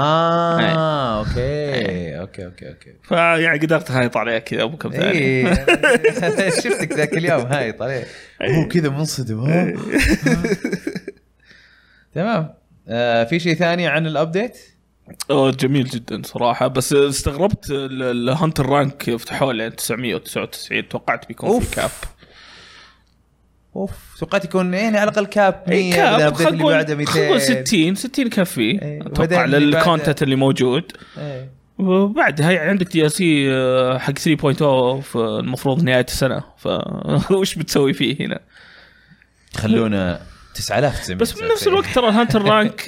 اوكي. فيعني قدرت هايط عليه كذا ابو كم ثاني. شفتك ذاك اليوم هايط عليه هو كذا منصدم. تمام. في شيء ثاني عن الابديت؟ جميل جدا صراحه، بس استغربت الهانتر رانك فتحوه ل 999. توقعت بيكون في كاب. توقعت يكون يعني على الاقل كاب 100. الابديت اللي بعده 200 60 كفي اتوقع للكونتنت اللي موجود. وبعدها يعني عندك دي سي حق 3.0 المفروض نهايه السنه، فوش بتسوي فيه هنا؟ خلونا 9000 بس بنفس الوقت ترى الهانتر رانك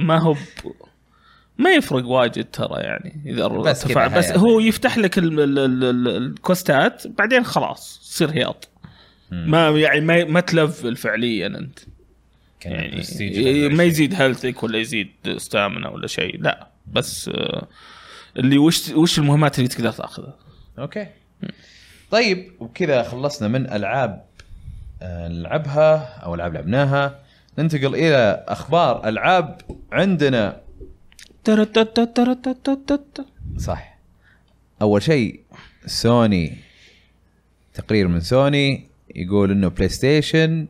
ما يفرق واجد ترى يعني اذا بس هو يفتح لك الكوستات بعدين خلاص تصير هياط. ما يعني ما تلفل فعليا انت يعني ما يزيد هيلثك ولا يزيد ستامنا ولا شيء، لا بس اللي وش المهمات اللي تقدر تاخذها. اوكي طيب وبكذا خلصنا من العاب نلعبها او العاب لعبناها. ننتقل الى اخبار العاب. عندنا صح اول شيء سوني، تقرير من سوني يقول انه بلاي ستيشن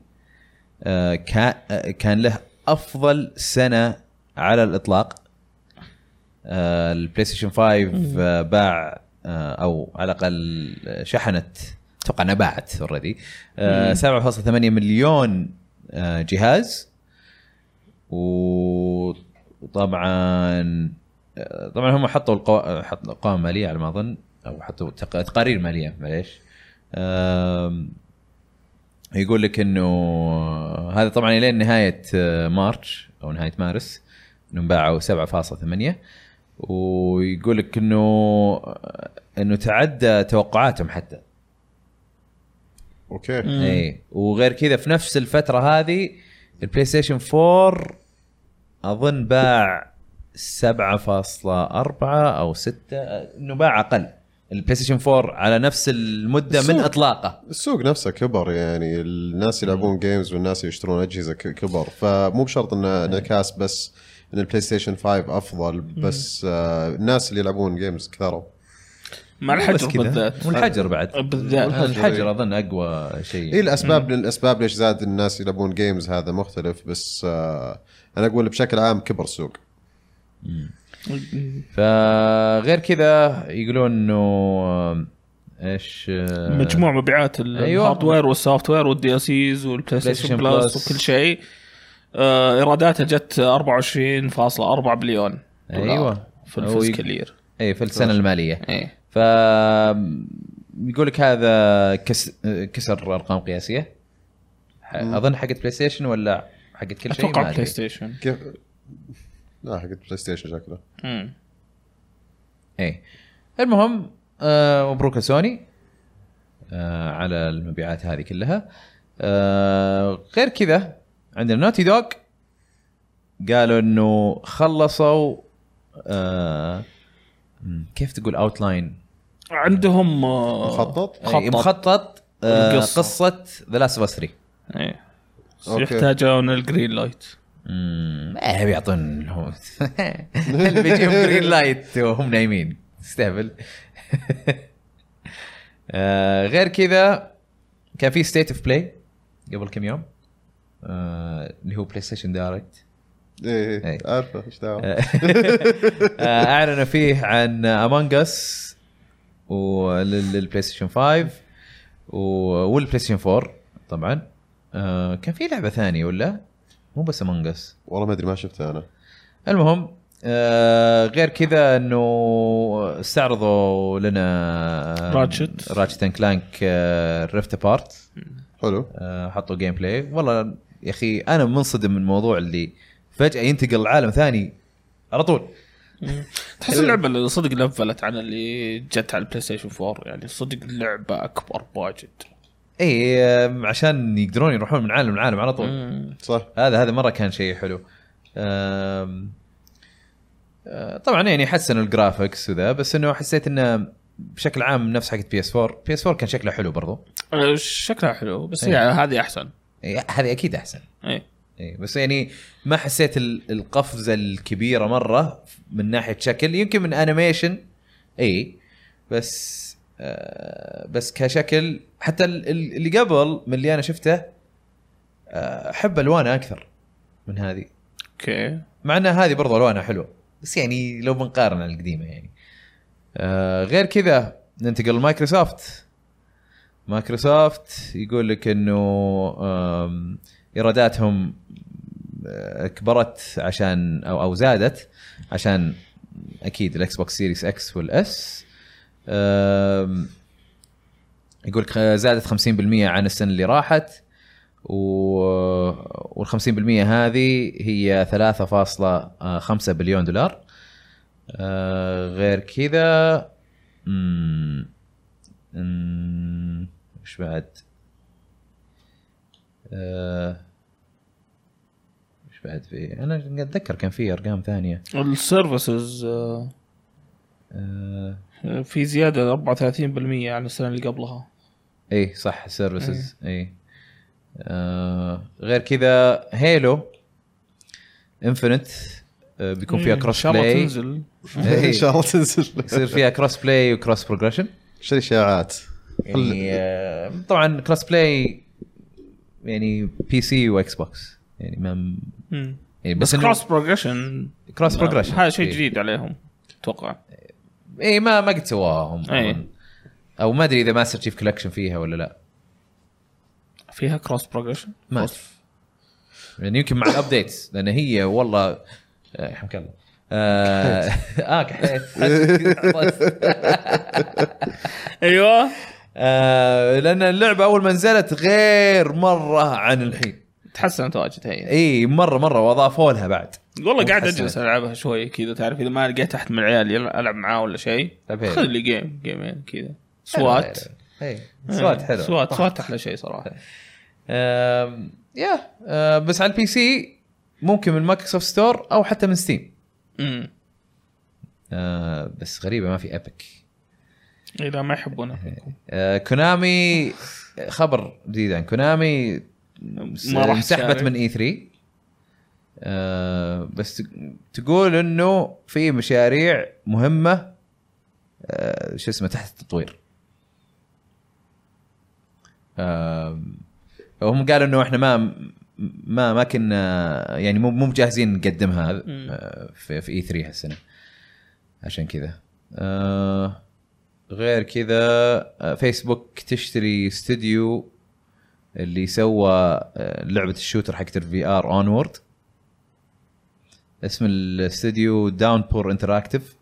كان له افضل سنه على الاطلاق. البلاي ستيشن 5 باع او على الاقل شحنت، اتوقع انها باعت اوريدي 7.8 مليون جهاز. وطبعا هم حطوا قوائم ماليه على ما اظن، او حطوا تقارير ماليه معليش. يقول لك انه هذا طبعا الى نهايه مارس او نهايه مارس انهم باعوا 7.8، ويقول لك انه تعدى توقعاتهم حتى. اوكي اي وغير كذا في نفس الفتره هذه البلاي ستيشن 4 اظن باع 7.4 او 6، انه باع اقل البلاي ستيشن 4 على نفس المده من اطلاقه. السوق نفسه كبر، يعني الناس يلعبون جيمز والناس يشترون اجهزه كبر، فمو بشرط ان انعكاس بس ان البلاي ستيشن 5 افضل، بس الناس اللي يلعبون جيمز كثروا مع الحجر بالذات، والحجر بعد بالذات الحجر اظن اقوى شيء. اي الاسباب الاسباب ليش زاد الناس يلعبون جيمز هذا مختلف، بس انا اقول بشكل عام كبر السوق. فغير كذا يقولون انه ايش مجموع مبيعات الهاردوير والسوفت وير والدي اس ايز والبلاي ستيشن بلس وكل شيء ايراداتها جت 24.4 بليون ايوه في الفيسكالير، اي في السنه الماليه. اي ف يقول لك هذا كسر ارقام قياسيه اظن حقت بلاي ستيشن ولا حقت كل شيء. اتوقع بلاي ستيشن لا حقت بلاي ستيشن شكله. اي المهم مبروك سوني على المبيعات هذه كلها. غير كذا عندنا نوتي دوغ قالوا انه خلصوا كيف تقول اوتلاين عندهم مخطط قصة The Last of Us 3. ايه يحتاجون الجرين لايت. ما بيعطون اللي بيجيهم جرين لايت وهم نايمين استهبل. غير كذا كان في ستيت اوف بلاي قبل كم يوم اللي هو بلاي ستيشن دايركت. ايه عارفه ايش دعوه. اعلنوا فيه عن امونج اس وللبلاي ستيشن 5 والبلاي ستيشن 4 طبعا. كان في لعبه ثانيه ولا مو بس امونج اس؟ والله ما ادري ما شفتها انا. المهم غير كذا انه استعرضوا لنا راتشت اند كلانك ريفت ابارت. حلو. حطوا جيم بلاي. والله يا اخي انا منصدم من الموضوع اللي فجاه ينتقل لعالم ثاني على طول. تحس اللعبه اللي صدق لفلت عن اللي جت على البلاي ستيشن 4، يعني صدق اللعبه اكبر بواجد. اي عشان يقدرون يروحون من عالم لعالم على طول. صح. هذا مره كان شيء حلو. طبعا يعني حسنوا الجرافيكس وذا، بس انه حسيت انه بشكل عام نفس حقت PS4 كان شكله حلو برضو. شكلها حلو بس يعني هذه احسن. هذه اكيد احسن. اي بس يعني ما حسيت القفزه الكبيره مره من ناحيه شكل، يمكن من انيميشن بس كشكل حتى اللي قبل من اللي انا شفته احب الوانه اكثر من هذه. اوكي. مع ان هذه برضو الوانها حلوه، بس يعني لو بنقارن على القديمه يعني. غير كذا ننتقل مايكروسوفت يقول لك انه ايراداتهم كبرت عشان او زادت عشان اكيد الاكس بوكس سيريس اكس والاس. يقول لك زادت 50% عن السنه اللي راحت، وال50% هذه هي 3.5 بليون دولار. غير كذا ايش بعد؟ ايش بعد في؟ انا اتذكر كان في ارقام ثانيه. السيرفيسز في زياده 34% عن السنه اللي قبلها. اي صح السيرفيسز. اي غير كذا هيلو انفينيت بيكون فيها كروس بلاي. ان شاء الله تنزل. يصير فيها كروس بلاي وكروس بروجريشن. شيء شائعات يعني طبعا كروس بلاي يعني بي سي واكس بوكس يعني ما يعني بس كروس بروجريشن هذا شيء جديد عليهم اتوقع. اي ما قد سواهم او ما ادري اذا ماستر تشيف كولكشن فيها ولا لا. فيها كروس بروجريشن ما يعني يمكن مع الابديتس لان هي والله يحمك الله كحيت ايوه لان اللعبه اول ما نزلت غير مره عن الحين، تحسنت واجد هي. اي مره واضافوا لها بعد. والله قاعد اجلس العبها شوي كذا، تعرف اذا ما لقيت احد من العيال العب معاه ولا شيء خذ لي جيمين كذا سوات. سوات حلو. سوات احلى شيء صراحه. بس على البي سي ممكن من مايكروسوفت ستور او حتى من ستيم. بس غريبه ما في ابيك. اذا ما يحبونه. كونامي خبر جديد عن كونامي، ما راح انسحبت من E3. بس تقول انه في مشاريع مهمه شو اسمه تحت التطوير. هم قالوا انه احنا ما كنا يعني مو مجهزين نقدمها في E3 هالسنه، عشان كذا. غير كذا فيسبوك تشتري استوديو اللي سوى لعبه الشوتر حقت الفي ار اونورد. اسم الاستوديو داونبور انتراكتيف.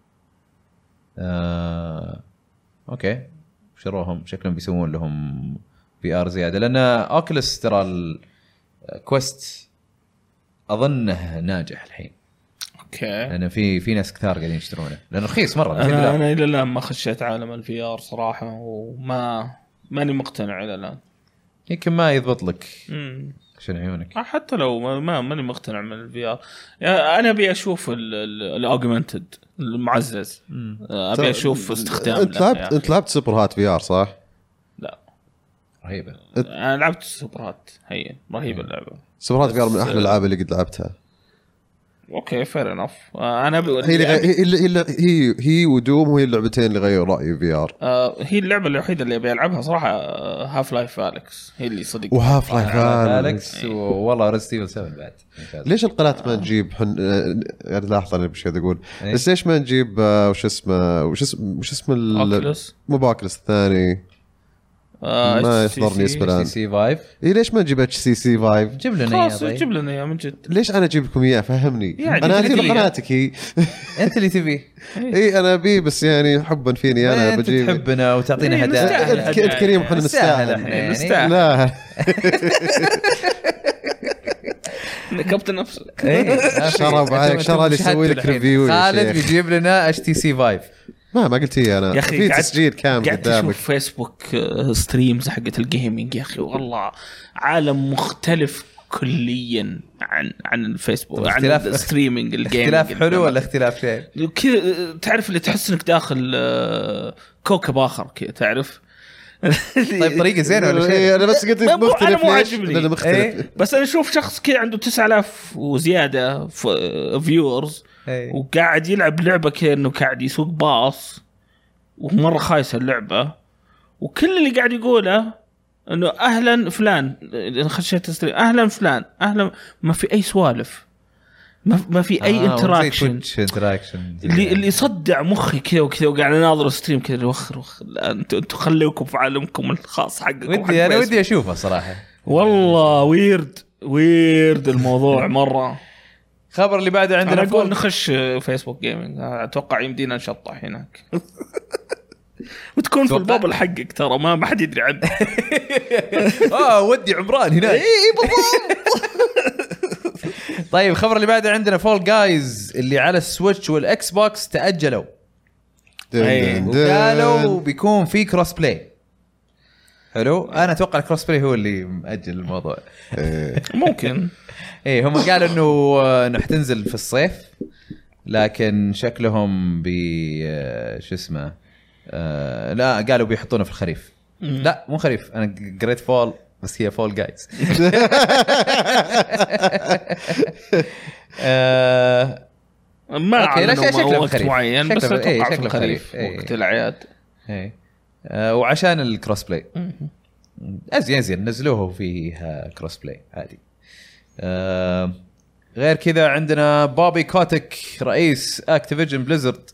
اوكي شروهم، شكلهم بيسوون لهم في ار زياده، لان اوكلس ترى الكويست اظنه ناجح الحين. اوكي لان في ناس كثار قاعدين يشترونه لانه رخيص مره. انا الى الان ما خشيت عالم الفي ار صراحه، ماني مقتنع الى الان. يمكن ما يضبط لك عشان عيونك. حتى لو ماني مقتنع من الفي ار. انا ابي اشوف الاوجمنتد المعزز، ابي اشوف استخدام. انت لعبت سوبر هات في ار صح؟ لا رهيبه. انا لعبت سوبر هات، هي رهيبه اللعبه. سوبر هات في ار من احلى الالعاب اللي قد لعبتها. اوكي فير انف. انا هي ودوم هي اللعبتين اللي غيروا رايي في ار. هي اللعبه الوحيده اللي ابي العبها صراحه. هاف لايف اليكس هي اللي صدق. وهاف لايف اليكس والله ريزيدنت 7 بعد. ليش القناه ما نجيب يعني لحظه انا بش اقول بس ليش ما نجيب وش اسمه مو باكلس الثاني ما يحضرني اسمه الان. سي فايف. اي ليش ما نجيب اتش سي فايف؟ جيب لنا اياه. طيب جيب لنا اياه من جد. ليش انا اجيب لكم اياه؟ فهمني يعني انا اتي بقناتك هي انت اللي تبي. اي انا ابي بس يعني حبا فيني انا بجيب. تحبنا وتعطينا هدايا. انت كريم احنا نستاهل. لا كابتن نفسه. شرب عليك شرى اللي يسوي لك ريفيو. خالد بيجيب لنا اتش تي سي فايف. ما قلت هي انا في تسجيل كامل قدامك. قاعد اشوف فيسبوك ستريمز حقت الجيمنج يا اخي، والله عالم مختلف كليا عن الفيسبوك، عن الستريمينج الجيمنج. اختلاف حلو ولا اختلاف شيء كذا؟ تعرف اللي تحس انك داخل كوكب اخر كذا، تعرف. طيب طريقه زينه ولا شيء؟ انا بس قلت مختلف ليش؟ لانه مختلف. بس انا اشوف شخص كذا عنده 9000 وزياده فيورز وقاعد يلعب لعبه كذا انه قاعد يسوق باص ومره خايسه اللعبه، وكل اللي قاعد يقوله انه اهلا فلان، انا خشيت ستريم اهلا فلان اهلا، ما في اي سوالف، ما في اي انتراكشن اللي يصدع مخي كذا وكذا، وقاعد اناظر ستريم كذا وخر. انتوا خليكم في عالمكم الخاص حقكم. انا ودي اشوفه صراحه، والله ويرد الموضوع مره. خبر اللي بعده عندنا أنا أقول نخش فيسبوك جيمنج، أتوقع يمدينا نشطح هناك وتكون في البابل حقك ترى ما حد يدري عنه. ودي عمران هناك. طيب خبر اللي بعده عندنا فول جايز اللي على السويتش والإكس بوكس تأجلوا، وقالوا بيكون في كروس بلاي. حلو. أنا أتوقع الكروس بلاي هو اللي مأجل الموضوع. ممكن. هم قالوا إنه حتنزل في الصيف، لكن شكلهم شو اسمه لا قالوا بيحطونه في الخريف. لا مو خريف، أنا قريت فول بس هي فول جايز. ما أعلنوا وقت معين، بس أتوقع في الخريف وقت الأعياد. وعشان الكروس بلاي أزين نزلوه فيها كروس بلاي عادي. غير كذا عندنا بوبي كوتك رئيس اكتيفيجن بليزرد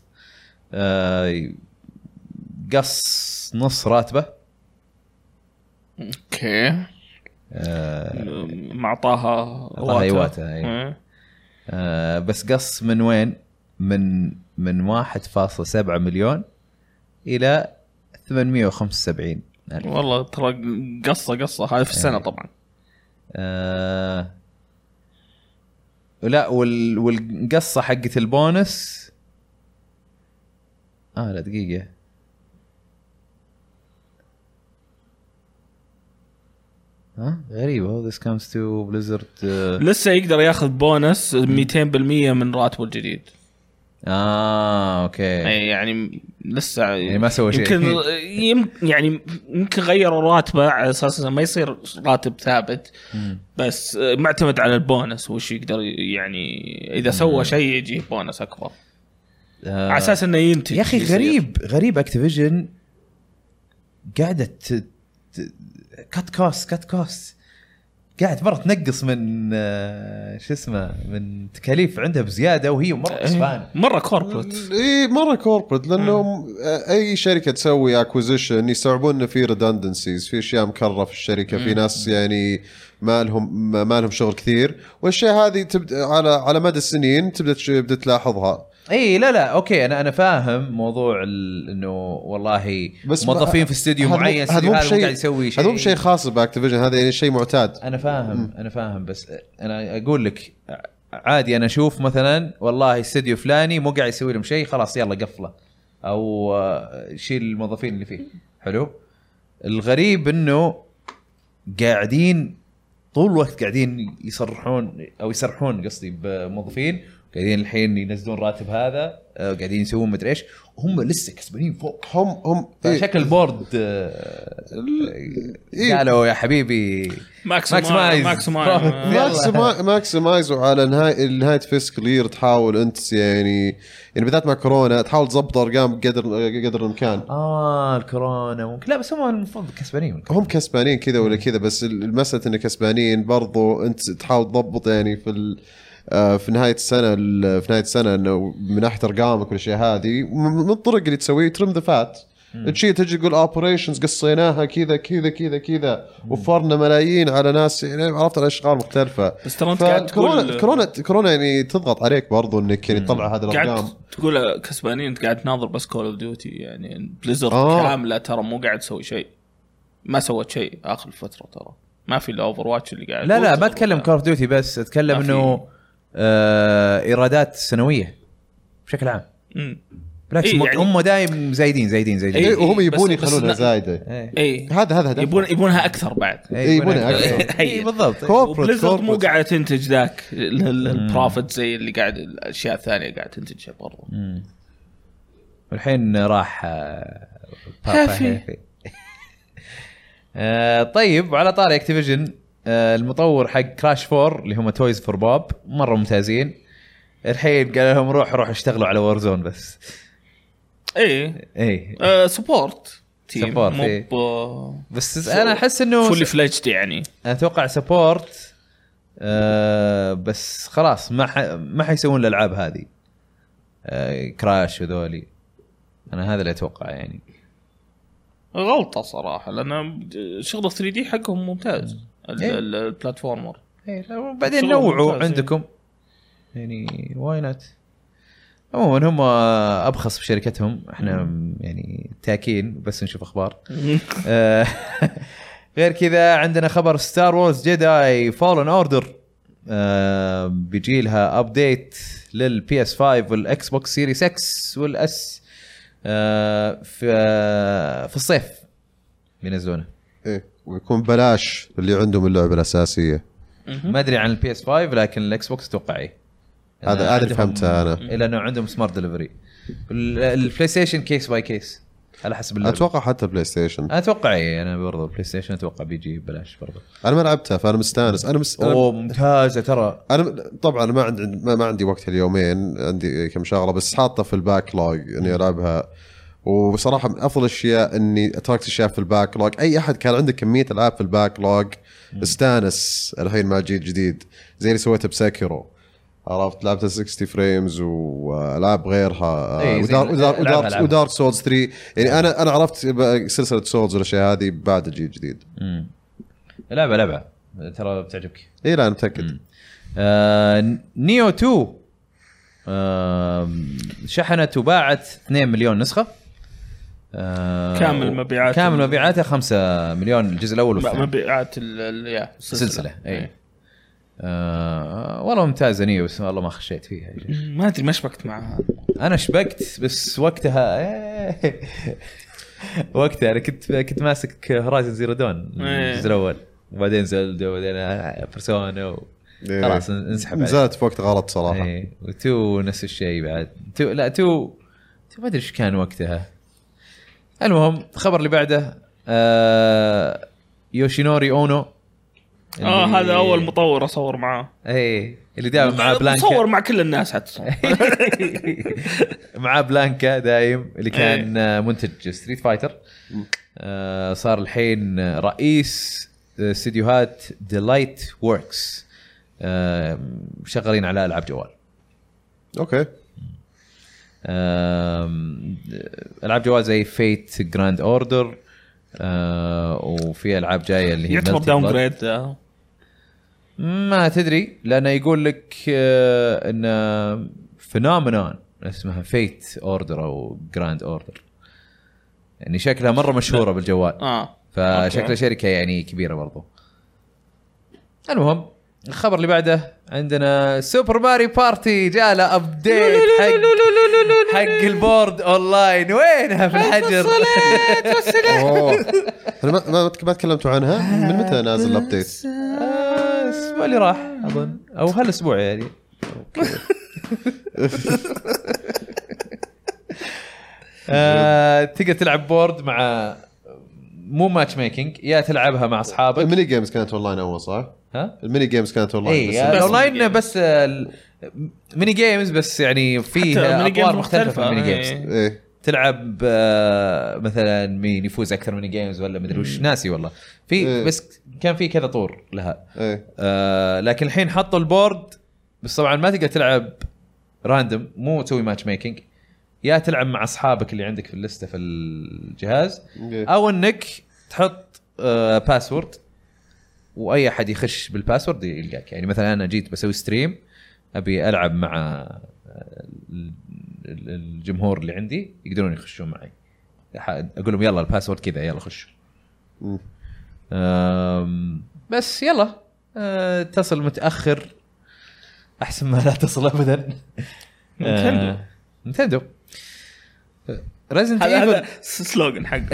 قص نص راتبه. اوكي. ما اعطاها واتا. بس قص من وين؟ من 1.7 مليون الى 875 ألف. والله ترى قصة هاي في السنة طبعا. لا والقصة حقت البونس لا دقيقة غريبة. this comes to Blizzard لسه يقدر ياخذ بونس 200% من راتبه الجديد. اوكي. يعني لسه يعني ما سوى شيء. يعني يمكن غيروا راتبه على اساس انه ما يصير راتب ثابت. بس معتمد على البونس وش يقدر يعني اذا سوى شيء يجي بونس اكبر على اساس انه ينتج. يا اخي غريب اكتيفيجن قاعده كات كوست قاعد مرة تنقص من شو اسمه من تكاليف عندها بزيادة وهي مرة كسبانة. مرة كوربريت. إيه مرة كوربريت لأنه أي شركة تسوي أكوزيشن يستوعبون إنه في redundancies في أشياء مكررة في الشركة في ناس يعني ما لهم شغل كثير والأشياء هذه تبدأ على مدى السنين تبدأ تلاحظها. اي لا اوكي انا فاهم موضوع انه والله موظفين في استوديو معين هذا مو قاعد يسوي شيء. هذا مو شيء خاص باكتيفيجن هذا يعني شيء معتاد. انا فاهم بس انا اقول لك عادي انا اشوف مثلا والله استوديو فلاني مو قاعد يسوي لهم شيء خلاص يلا قفله او شيل الموظفين اللي فيه. حلو. الغريب انه قاعدين طول الوقت قاعدين يسرحون قصدي بموظفين قاعدين الحين ينزلون راتب هذا قاعدين يسوون مدري ايش وهم لسه كسبانين فوق. هم شكل البورد قالوا يا حبيبي ماكسمايز وعلى نهاية فيسكال يير تحاول انت يعني بالذات مع كورونا تحاول تضبط ارقام قدر الامكان. الكورونا ممكن لا بس هم المفروض كسبانين هم كسبانين كذا ولا كذا بس المسألة انه كسبانين برضو انت تحاول تضبط يعني في نهاية السنة انه من ناحية ارقامك كل شيء هذه من الطرق اللي تسويه ترم ذا فات تجي تقول اوبريشنز قصيناها كذا وفرنا ملايين على ناس يعني عرفت الاشغال مختلفة. بس ترى انت قاعد تقول كورونا يعني تضغط عليك برضو انك يعني تطلع هذه الارقام. تقول كسبانين انت قاعد تناظر بس كول اوف ديوتي يعني بليزرد كاملة ترى مو قاعد تسوي شيء ما سوت شيء اخر فترة ترى ما في الاوفر واتش اللي قاعد. لا ما اتكلم كول اوف ديوتي بس اتكلم انه ايرادات سنويه بشكل عام. بالعكس يعني هم دايم زايدين وهم يبون يخلونها زايده. هذا يبونها اكثر بعد. يبونها اكثر بالضبط. بليزرد مو قاعد تنتج ذاك البروفيت زي اللي قاعد الاشياء الثانيه قاعد تنتجها برضه. والحين راح هافي. طيب على طاري اكتيفيجن المطور حق كراش 4 اللي هم تويز فور بوب مره ممتازين. الحين قال لهم روح اشتغلوا على وورزون بس. سبورت بس انا احس انه فولي فليجد يعني اتوقع سبورت بس خلاص ما حيسوون الالعاب هذه كراش وذولي. انا هذا اللي اتوقع يعني غلطه صراحه لان شغل 3D حقهم ممتاز. البلاتفورمر بعدين نوعوا عندكم يعني واي نوت. عموما هم ابخص بشركتهم احنا يعني تاكين بس نشوف اخبار. غير كذا عندنا خبر ستار وورز جيداي فالن اوردر بيجي لها ابديت للبي اس 5 والاكس بوكس سيريس اكس والاس في الصيف بينزلونه. ويكون بلاش اللي عندهم اللعبه الاساسيه. ما ادري عن البي اس 5 لكن الاكس بوكس توقعي هذا اللي فهمته انا الا انه عندهم سمارت ديليفري. البلاي ستيشن كيس باي كيس على حسب اللعبة. اتوقع حتى البلاي ستيشن اتوقع انا برضه البلاي ستيشن اتوقع بيجي ببلاش برضه. انا ما لعبتها فانا مستانس. ممتازه ترى. انا طبعا ما عندي وقت اليومين عندي كم شغله بس حاطه في الباك لوج اني العبها. وبصراحه من افضل الاشياء اني اتركت اشياء في الباك لوج. اي احد كان عنده كميه العاب في الباك لوج استانس الحين مع جيل جديد زي اللي سويته بساكيرو. عرفت لعبت 60 فريمز والعاب غيرها ودارك سولز 3 يعني انا عرفت سلسله سولز والاشياء هذه بعد الجيل الجديد. لعبه ترى بتعجبك. لا انا متاكد. نيو 2 شحنت وباعت 2 مليون نسخه. كامل مبيعاتها 5 مليون الجزء الاول والثاني. مبيعات السلسله والله ممتازه نيو بس والله ما خشيت فيها. ما ادري ما شبكت معها. انا شبكت بس وقتها انا كنت ماسك هورايزن زيرو دون الجزء الاول وبعدين زلدا وبعدين بيرسونا خلاص انسحب. نزلت في وقت غلط صراحه. وتو نفس الشيء بعد. تو ما ادري ايش كان وقتها. المهم الخبر اللي بعده يوشينوري اونو. هذا اول مطور اصور معاه. اللي دائما معاه بلانكا. صور مع كل الناس حتصور. معاه بلانكا دايم اللي كان منتج ستريت فايتر. صار الحين رئيس استديوهات ديلايت ووركس، شغالين على العاب جوال. اوكي. العاب جوال زي فيت جراند اوردر، وفي العاب جايه اللي هي يعتبر داون جريد. ما تدري لانه يقول لك ان فينومينون اسمها فيت اوردر او جراند اوردر، يعني شكلها مره مشهوره بالجوال. فشكلها شركه يعني كبيره برضو. المهم الخبر اللي بعده عندنا سوبر ماري بارتي جاء له ابديت حق البورد اونلاين. وينها في الحجر؟ انا ما تكلمتوا عنها. من متى نازل الابديت؟ الاسبوع اللي راح اظن او هالاسبوع يعني. تقدر تلعب بورد مع مو ماتش ميكينج، يا تلعبها مع اصحابك. الميني جيمز كانت اونلاين اول صح؟ الميني جيمز كانت اونلاين. بس اونلاين بس ميني جيمز بس يعني فيها اطوار مختلفه من الميني جيمز. تلعب مثلا مين يفوز اكثر ميني جيمز ولا مدري وش ناسي والله. في بس كان في كذا طور لها. لكن الحين حطوا البورد بس طبعا ما تقدر تلعب راندوم، مو تسوي ماتش ميكينج، يا تلعب مع اصحابك اللي عندك في الليسته في الجهاز او انك تحط باسورد واي احد يخش بالباسورد يلقاك. يعني مثلا انا جيت بسوي ستريم ابي العب مع الجمهور اللي عندي يقدرون يخشون معي، اقول لهم يلا الباسورد كذا يلا خشوا. بس يلا تصل متاخر احسن ما لا تصل ابدا. نتندو ريزنت ايفل سلوغن حق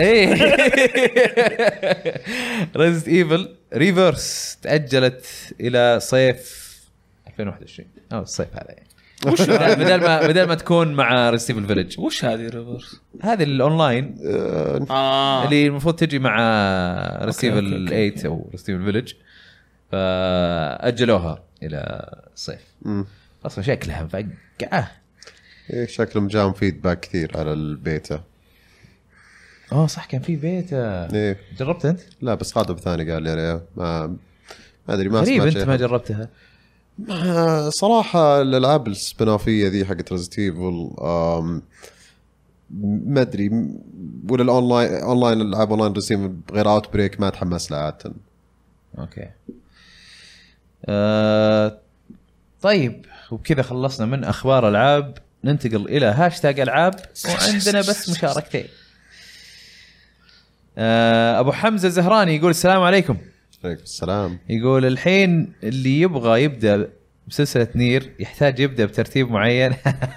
ريزنت ايفل ريفرس تاجلت الى صيف 2021 او الصيف هذا يعني. وش بدل ما تكون مع ريزنت ايفل فيلج. وش هذه ريفرس؟ هذه الاونلاين اللي المفروض تجي مع ريزنت ايفل 8 او ريزنت ايفل فيلج، فاجلوها الى الصيف. اصلا شكلها مفقعه. شكلهم جاهم فيدباك كثير على البيتا. صح كان في بيتا. جربت انت؟ لا بس خاطب ثاني قال لي عليها. ما ادري ما سمعت. انت ما جربتها؟ صراحه الالعاب السبينوفيه ذي حقت ريزنت ايفل ما ادري، ولا الاونلاين العاب اونلاين ريزنت غير اوت بريك ما تحمس لها عاده. اوكي. طيب وبكذا خلصنا من اخبار العاب، ننتقل الى هاشتاج العاب. وعندنا بس مشاركتين. ابو حمزه الزهراني يقول السلام عليكم. عليكم السلام. يقول الحين اللي يبغى يبدا بسلسله نير يحتاج يبدا بترتيب معين.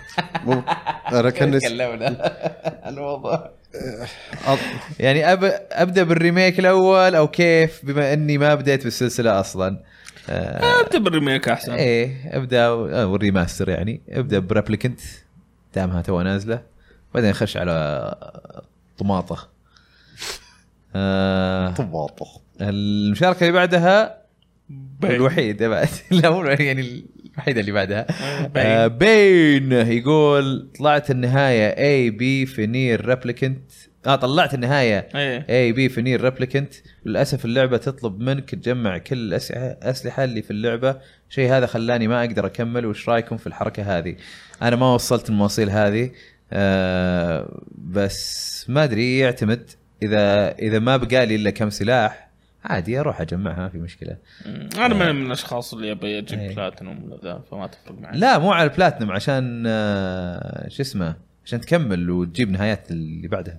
تكلمنا الموضوع يعني ابدا بالريميك الاول او كيف، بما اني ما بديت بالسلسله اصلا. ابدا بالريميك احسن. ابدا والريماستر يعني. ابدا بريبليكنت دامها تو نازله، بعدين خش على طماطه. طماطه. المشاركه اللي بعدها الوحيده بعد لا مو يعني الوحيده اللي بعدها بين يقول طلعت النهايه اي بي في نير ريبليكنت. طلعت النهايه اي بي في نير ريبليكنت. للاسف اللعبه تطلب منك تجمع كل الاسلحه اللي في اللعبه. شيء هذا خلاني ما اقدر اكمل. وش رايكم في الحركه هذه؟ انا ما وصلت المواصيل هذه. بس ما ادري، يعتمد. اذا ما بقى لي الا كم سلاح عادي اروح اجمعها في مشكله. انا من الاشخاص اللي يبي يجيب بلاتينوم ولا ذا، فما تفرق معي. لا مو على البلاتينوم، عشان شو اسمه، عشان تكمل وتجيب نهايات اللي بعدها.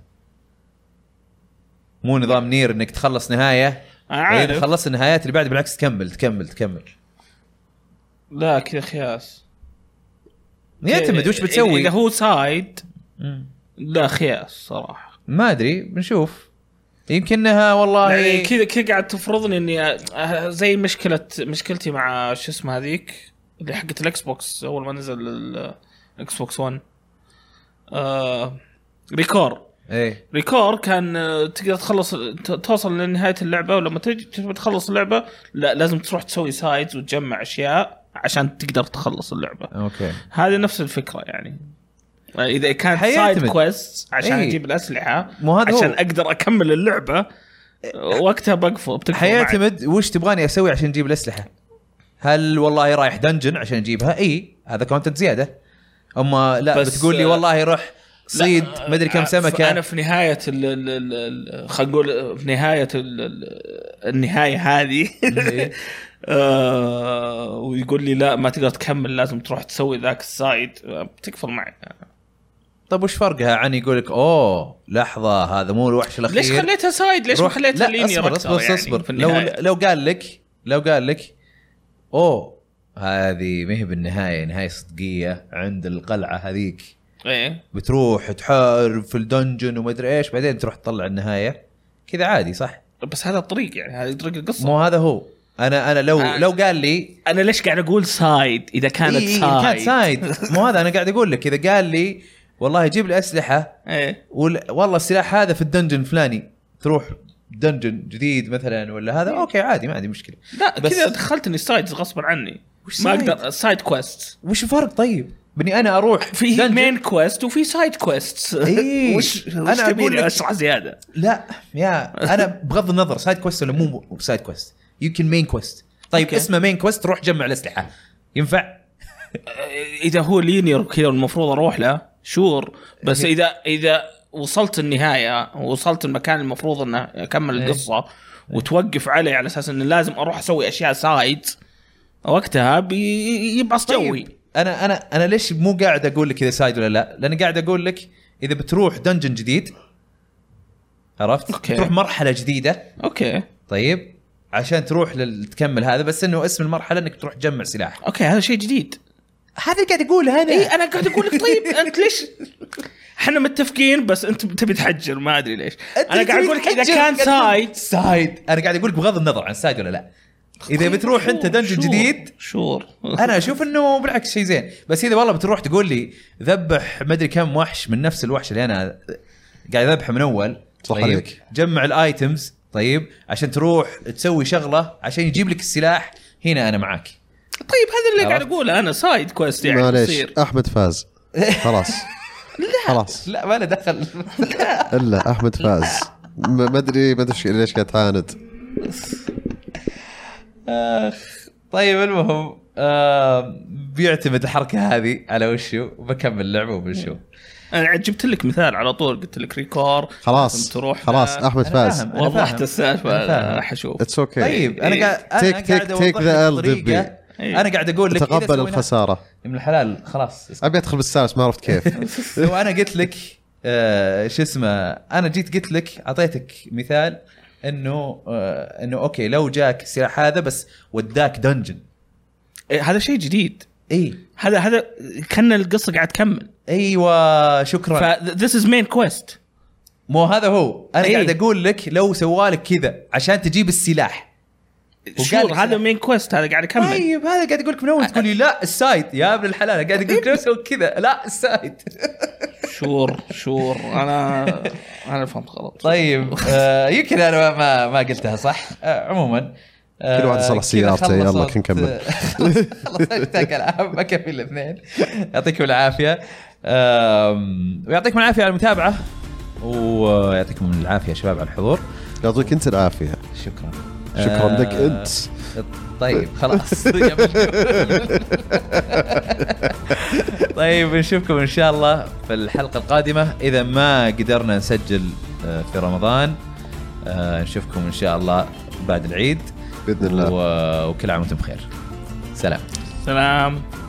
مو نظام نير انك تخلص نهايه بعدين تخلص النهايات اللي بعد، بالعكس تكمل. لا كذا خياس. يعتمد وش بتسوي. اذا هو سايد لا خياس صراحه. ما ادري بنشوف. يمكنها والله يعني كذا قاعد تفرضني اني زي مشكلتي مع شو اسمه هذيك اللي حقت الاكس بوكس اول ما نزل الاكس بوكس 1 ريكور. ايه ريكور كان تقدر توصل لنهايه اللعبه، ولما تبي تخلص اللعبه لا لازم تروح تسوي سايدز وتجمع اشياء عشان تقدر تخلص اللعبه. اوكي هذه نفس الفكره يعني. اذا كان سايد كويست عشان اجيب الاسلحه عشان اقدر اكمل اللعبه وقتها بتكفى. حيعتمد وش تبغاني اسوي عشان اجيب الاسلحه. هل والله رايح دنجن عشان اجيبها؟ اي هذا كونتنت زياده. اما لا بتقول لي والله روح صيد ما ادري كم سمكه. انا في نهايه خلينا نقول في نهايه النهايه هذه ويقول لي لا ما تقدر تكمل لازم تروح تسوي ذاك السايد، بتكفر معي. طيب وش فرقها عن يقولك اوه لحظه هذا مو الوحش الاخير ليش خليتها سايد؟ ليش ما خليتها لينير اكثر؟ يعني لو قال لك اوه هذه ما هي بالنهايه نهايه صدقيه عند القلعه هذيك ايه بتروح تحارب في الدنجن وما ادري ايش بعدين تروح تطلع النهايه كذا عادي صح؟ بس هذا الطريق يعني هذا طريق القصه. مو هذا هو. انا لو قال لي انا ليش قاعد اقول سايد اذا كانت سايد مو هذا. انا قاعد اقول لك اذا قال لي والله جيب لي اسلحه ايه والله السلاح هذا في الدنجن الفلاني تروح دنجن جديد مثلا ولا هذا اوكي عادي ما عندي مشكله. لا كذا دخلتني سايد غصبا عني ما اقدر سايد كويست. وش الفرق طيب بني انا اروح في مين كويست وفي سايد كويست وش انا اقول لك اشرح زياده. لا يا انا بغض النظر سايد كويست ولا مو سايد كويست يمكن مين كويست. طيب okay. اسمه مين كويست تروح جمع الاسلحه ينفع اذا هو لينير كذا المفروض اروح له شور. بس اذا وصلت النهايه ووصلت المكان المفروض انه اكمل القصه وتوقف علي على اساس انه لازم اروح اسوي اشياء سايد وقتها بيبعص جوي. انا ليش مو قاعد اقول لك اذا سايد ولا لا؟ لان قاعد اقول لك اذا بتروح دنجن جديد عرفت أوكي. تروح مرحله جديده اوكي طيب عشان تروح تكمل هذا بس انه اسم المرحله انك تروح تجمع سلاح. اوكي هذا شيء جديد. هذا اللي قاعد اقوله انا. اي انا قاعد اقول لك طيب انت ليش احنا متفقين بس انت تبي تحجر ما ادري ليش. انا قاعد اقول لك اذا كان سايد انا قاعد اقول لك بغض النظر عن سايد ولا لا اذا بتروح انت دنجن جديد شور انا اشوف انه بالعكس شيء زين. بس اذا والله بتروح تقول لي ذبح ما ادري كم وحش من نفس الوحش اللي انا قاعد اذبحه من اول طيب جمع الايتمز طيب عشان تروح تسوي شغله عشان يجيب لك السلاح هنا انا معاك. طيب هذا اللي قاعد اقوله انا سايد كويست يعني يصير احمد فاز خلاص خلاص لا ما له دخل الا احمد فاز ما ادري ليش قاعد تعاند. طيب المهم بيعتمد الحركه هذه على وشو وبكمل اللعبه وبنشوف. انا جبت لك مثال على طول قلت لك ريكور خلاص تروح خلاص احمد فاز وضحت السالفه راح اشوف. اتس اوكي طيب انا قاعد تيك ذا ال انا قاعد اقول لك تقبل الخساره من الحلال خلاص ابي ادخل بالسالس ما عرفت كيف. لو انا قلت لك شو اسمه انا جيت قلت لك اعطيتك مثال انه اوكي لو جاك السلاح هذا بس وداك دنجن هذا شيء جديد. اي هذا كان القصه قاعد تكمل. ايوه شكرا. this is main quest مو هذا هو انا قاعد اقول لك لو سوالك كذا عشان تجيب السلاح شور هذا مين كويست هذا قاعد يكمل. طيب هذا قاعد اقول لك من اول تقول لي لا السايد يا ابن الحلال قاعد اقول لك لو سوي كذا لا السايد. شور انا فهمت غلط. طيب يمكن انا ما قلتها صح. عموما كل واحد يصلح سيارته يلا نكمل. خلص اشتاق العاب ما كفي الاثنين. يعطيكم العافيه ويعطيكم العافيه على المتابعه ويعطيكم العافيه يا شباب على الحضور. يعطيك انت العافيه. شكرا لك انت. طيب خلاص طيب نشوفكم ان شاء الله في الحلقه القادمه اذا ما قدرنا نسجل في رمضان. نشوفكم ان شاء الله بعد العيد باذن الله وكل عام وانتم بخير. سلام.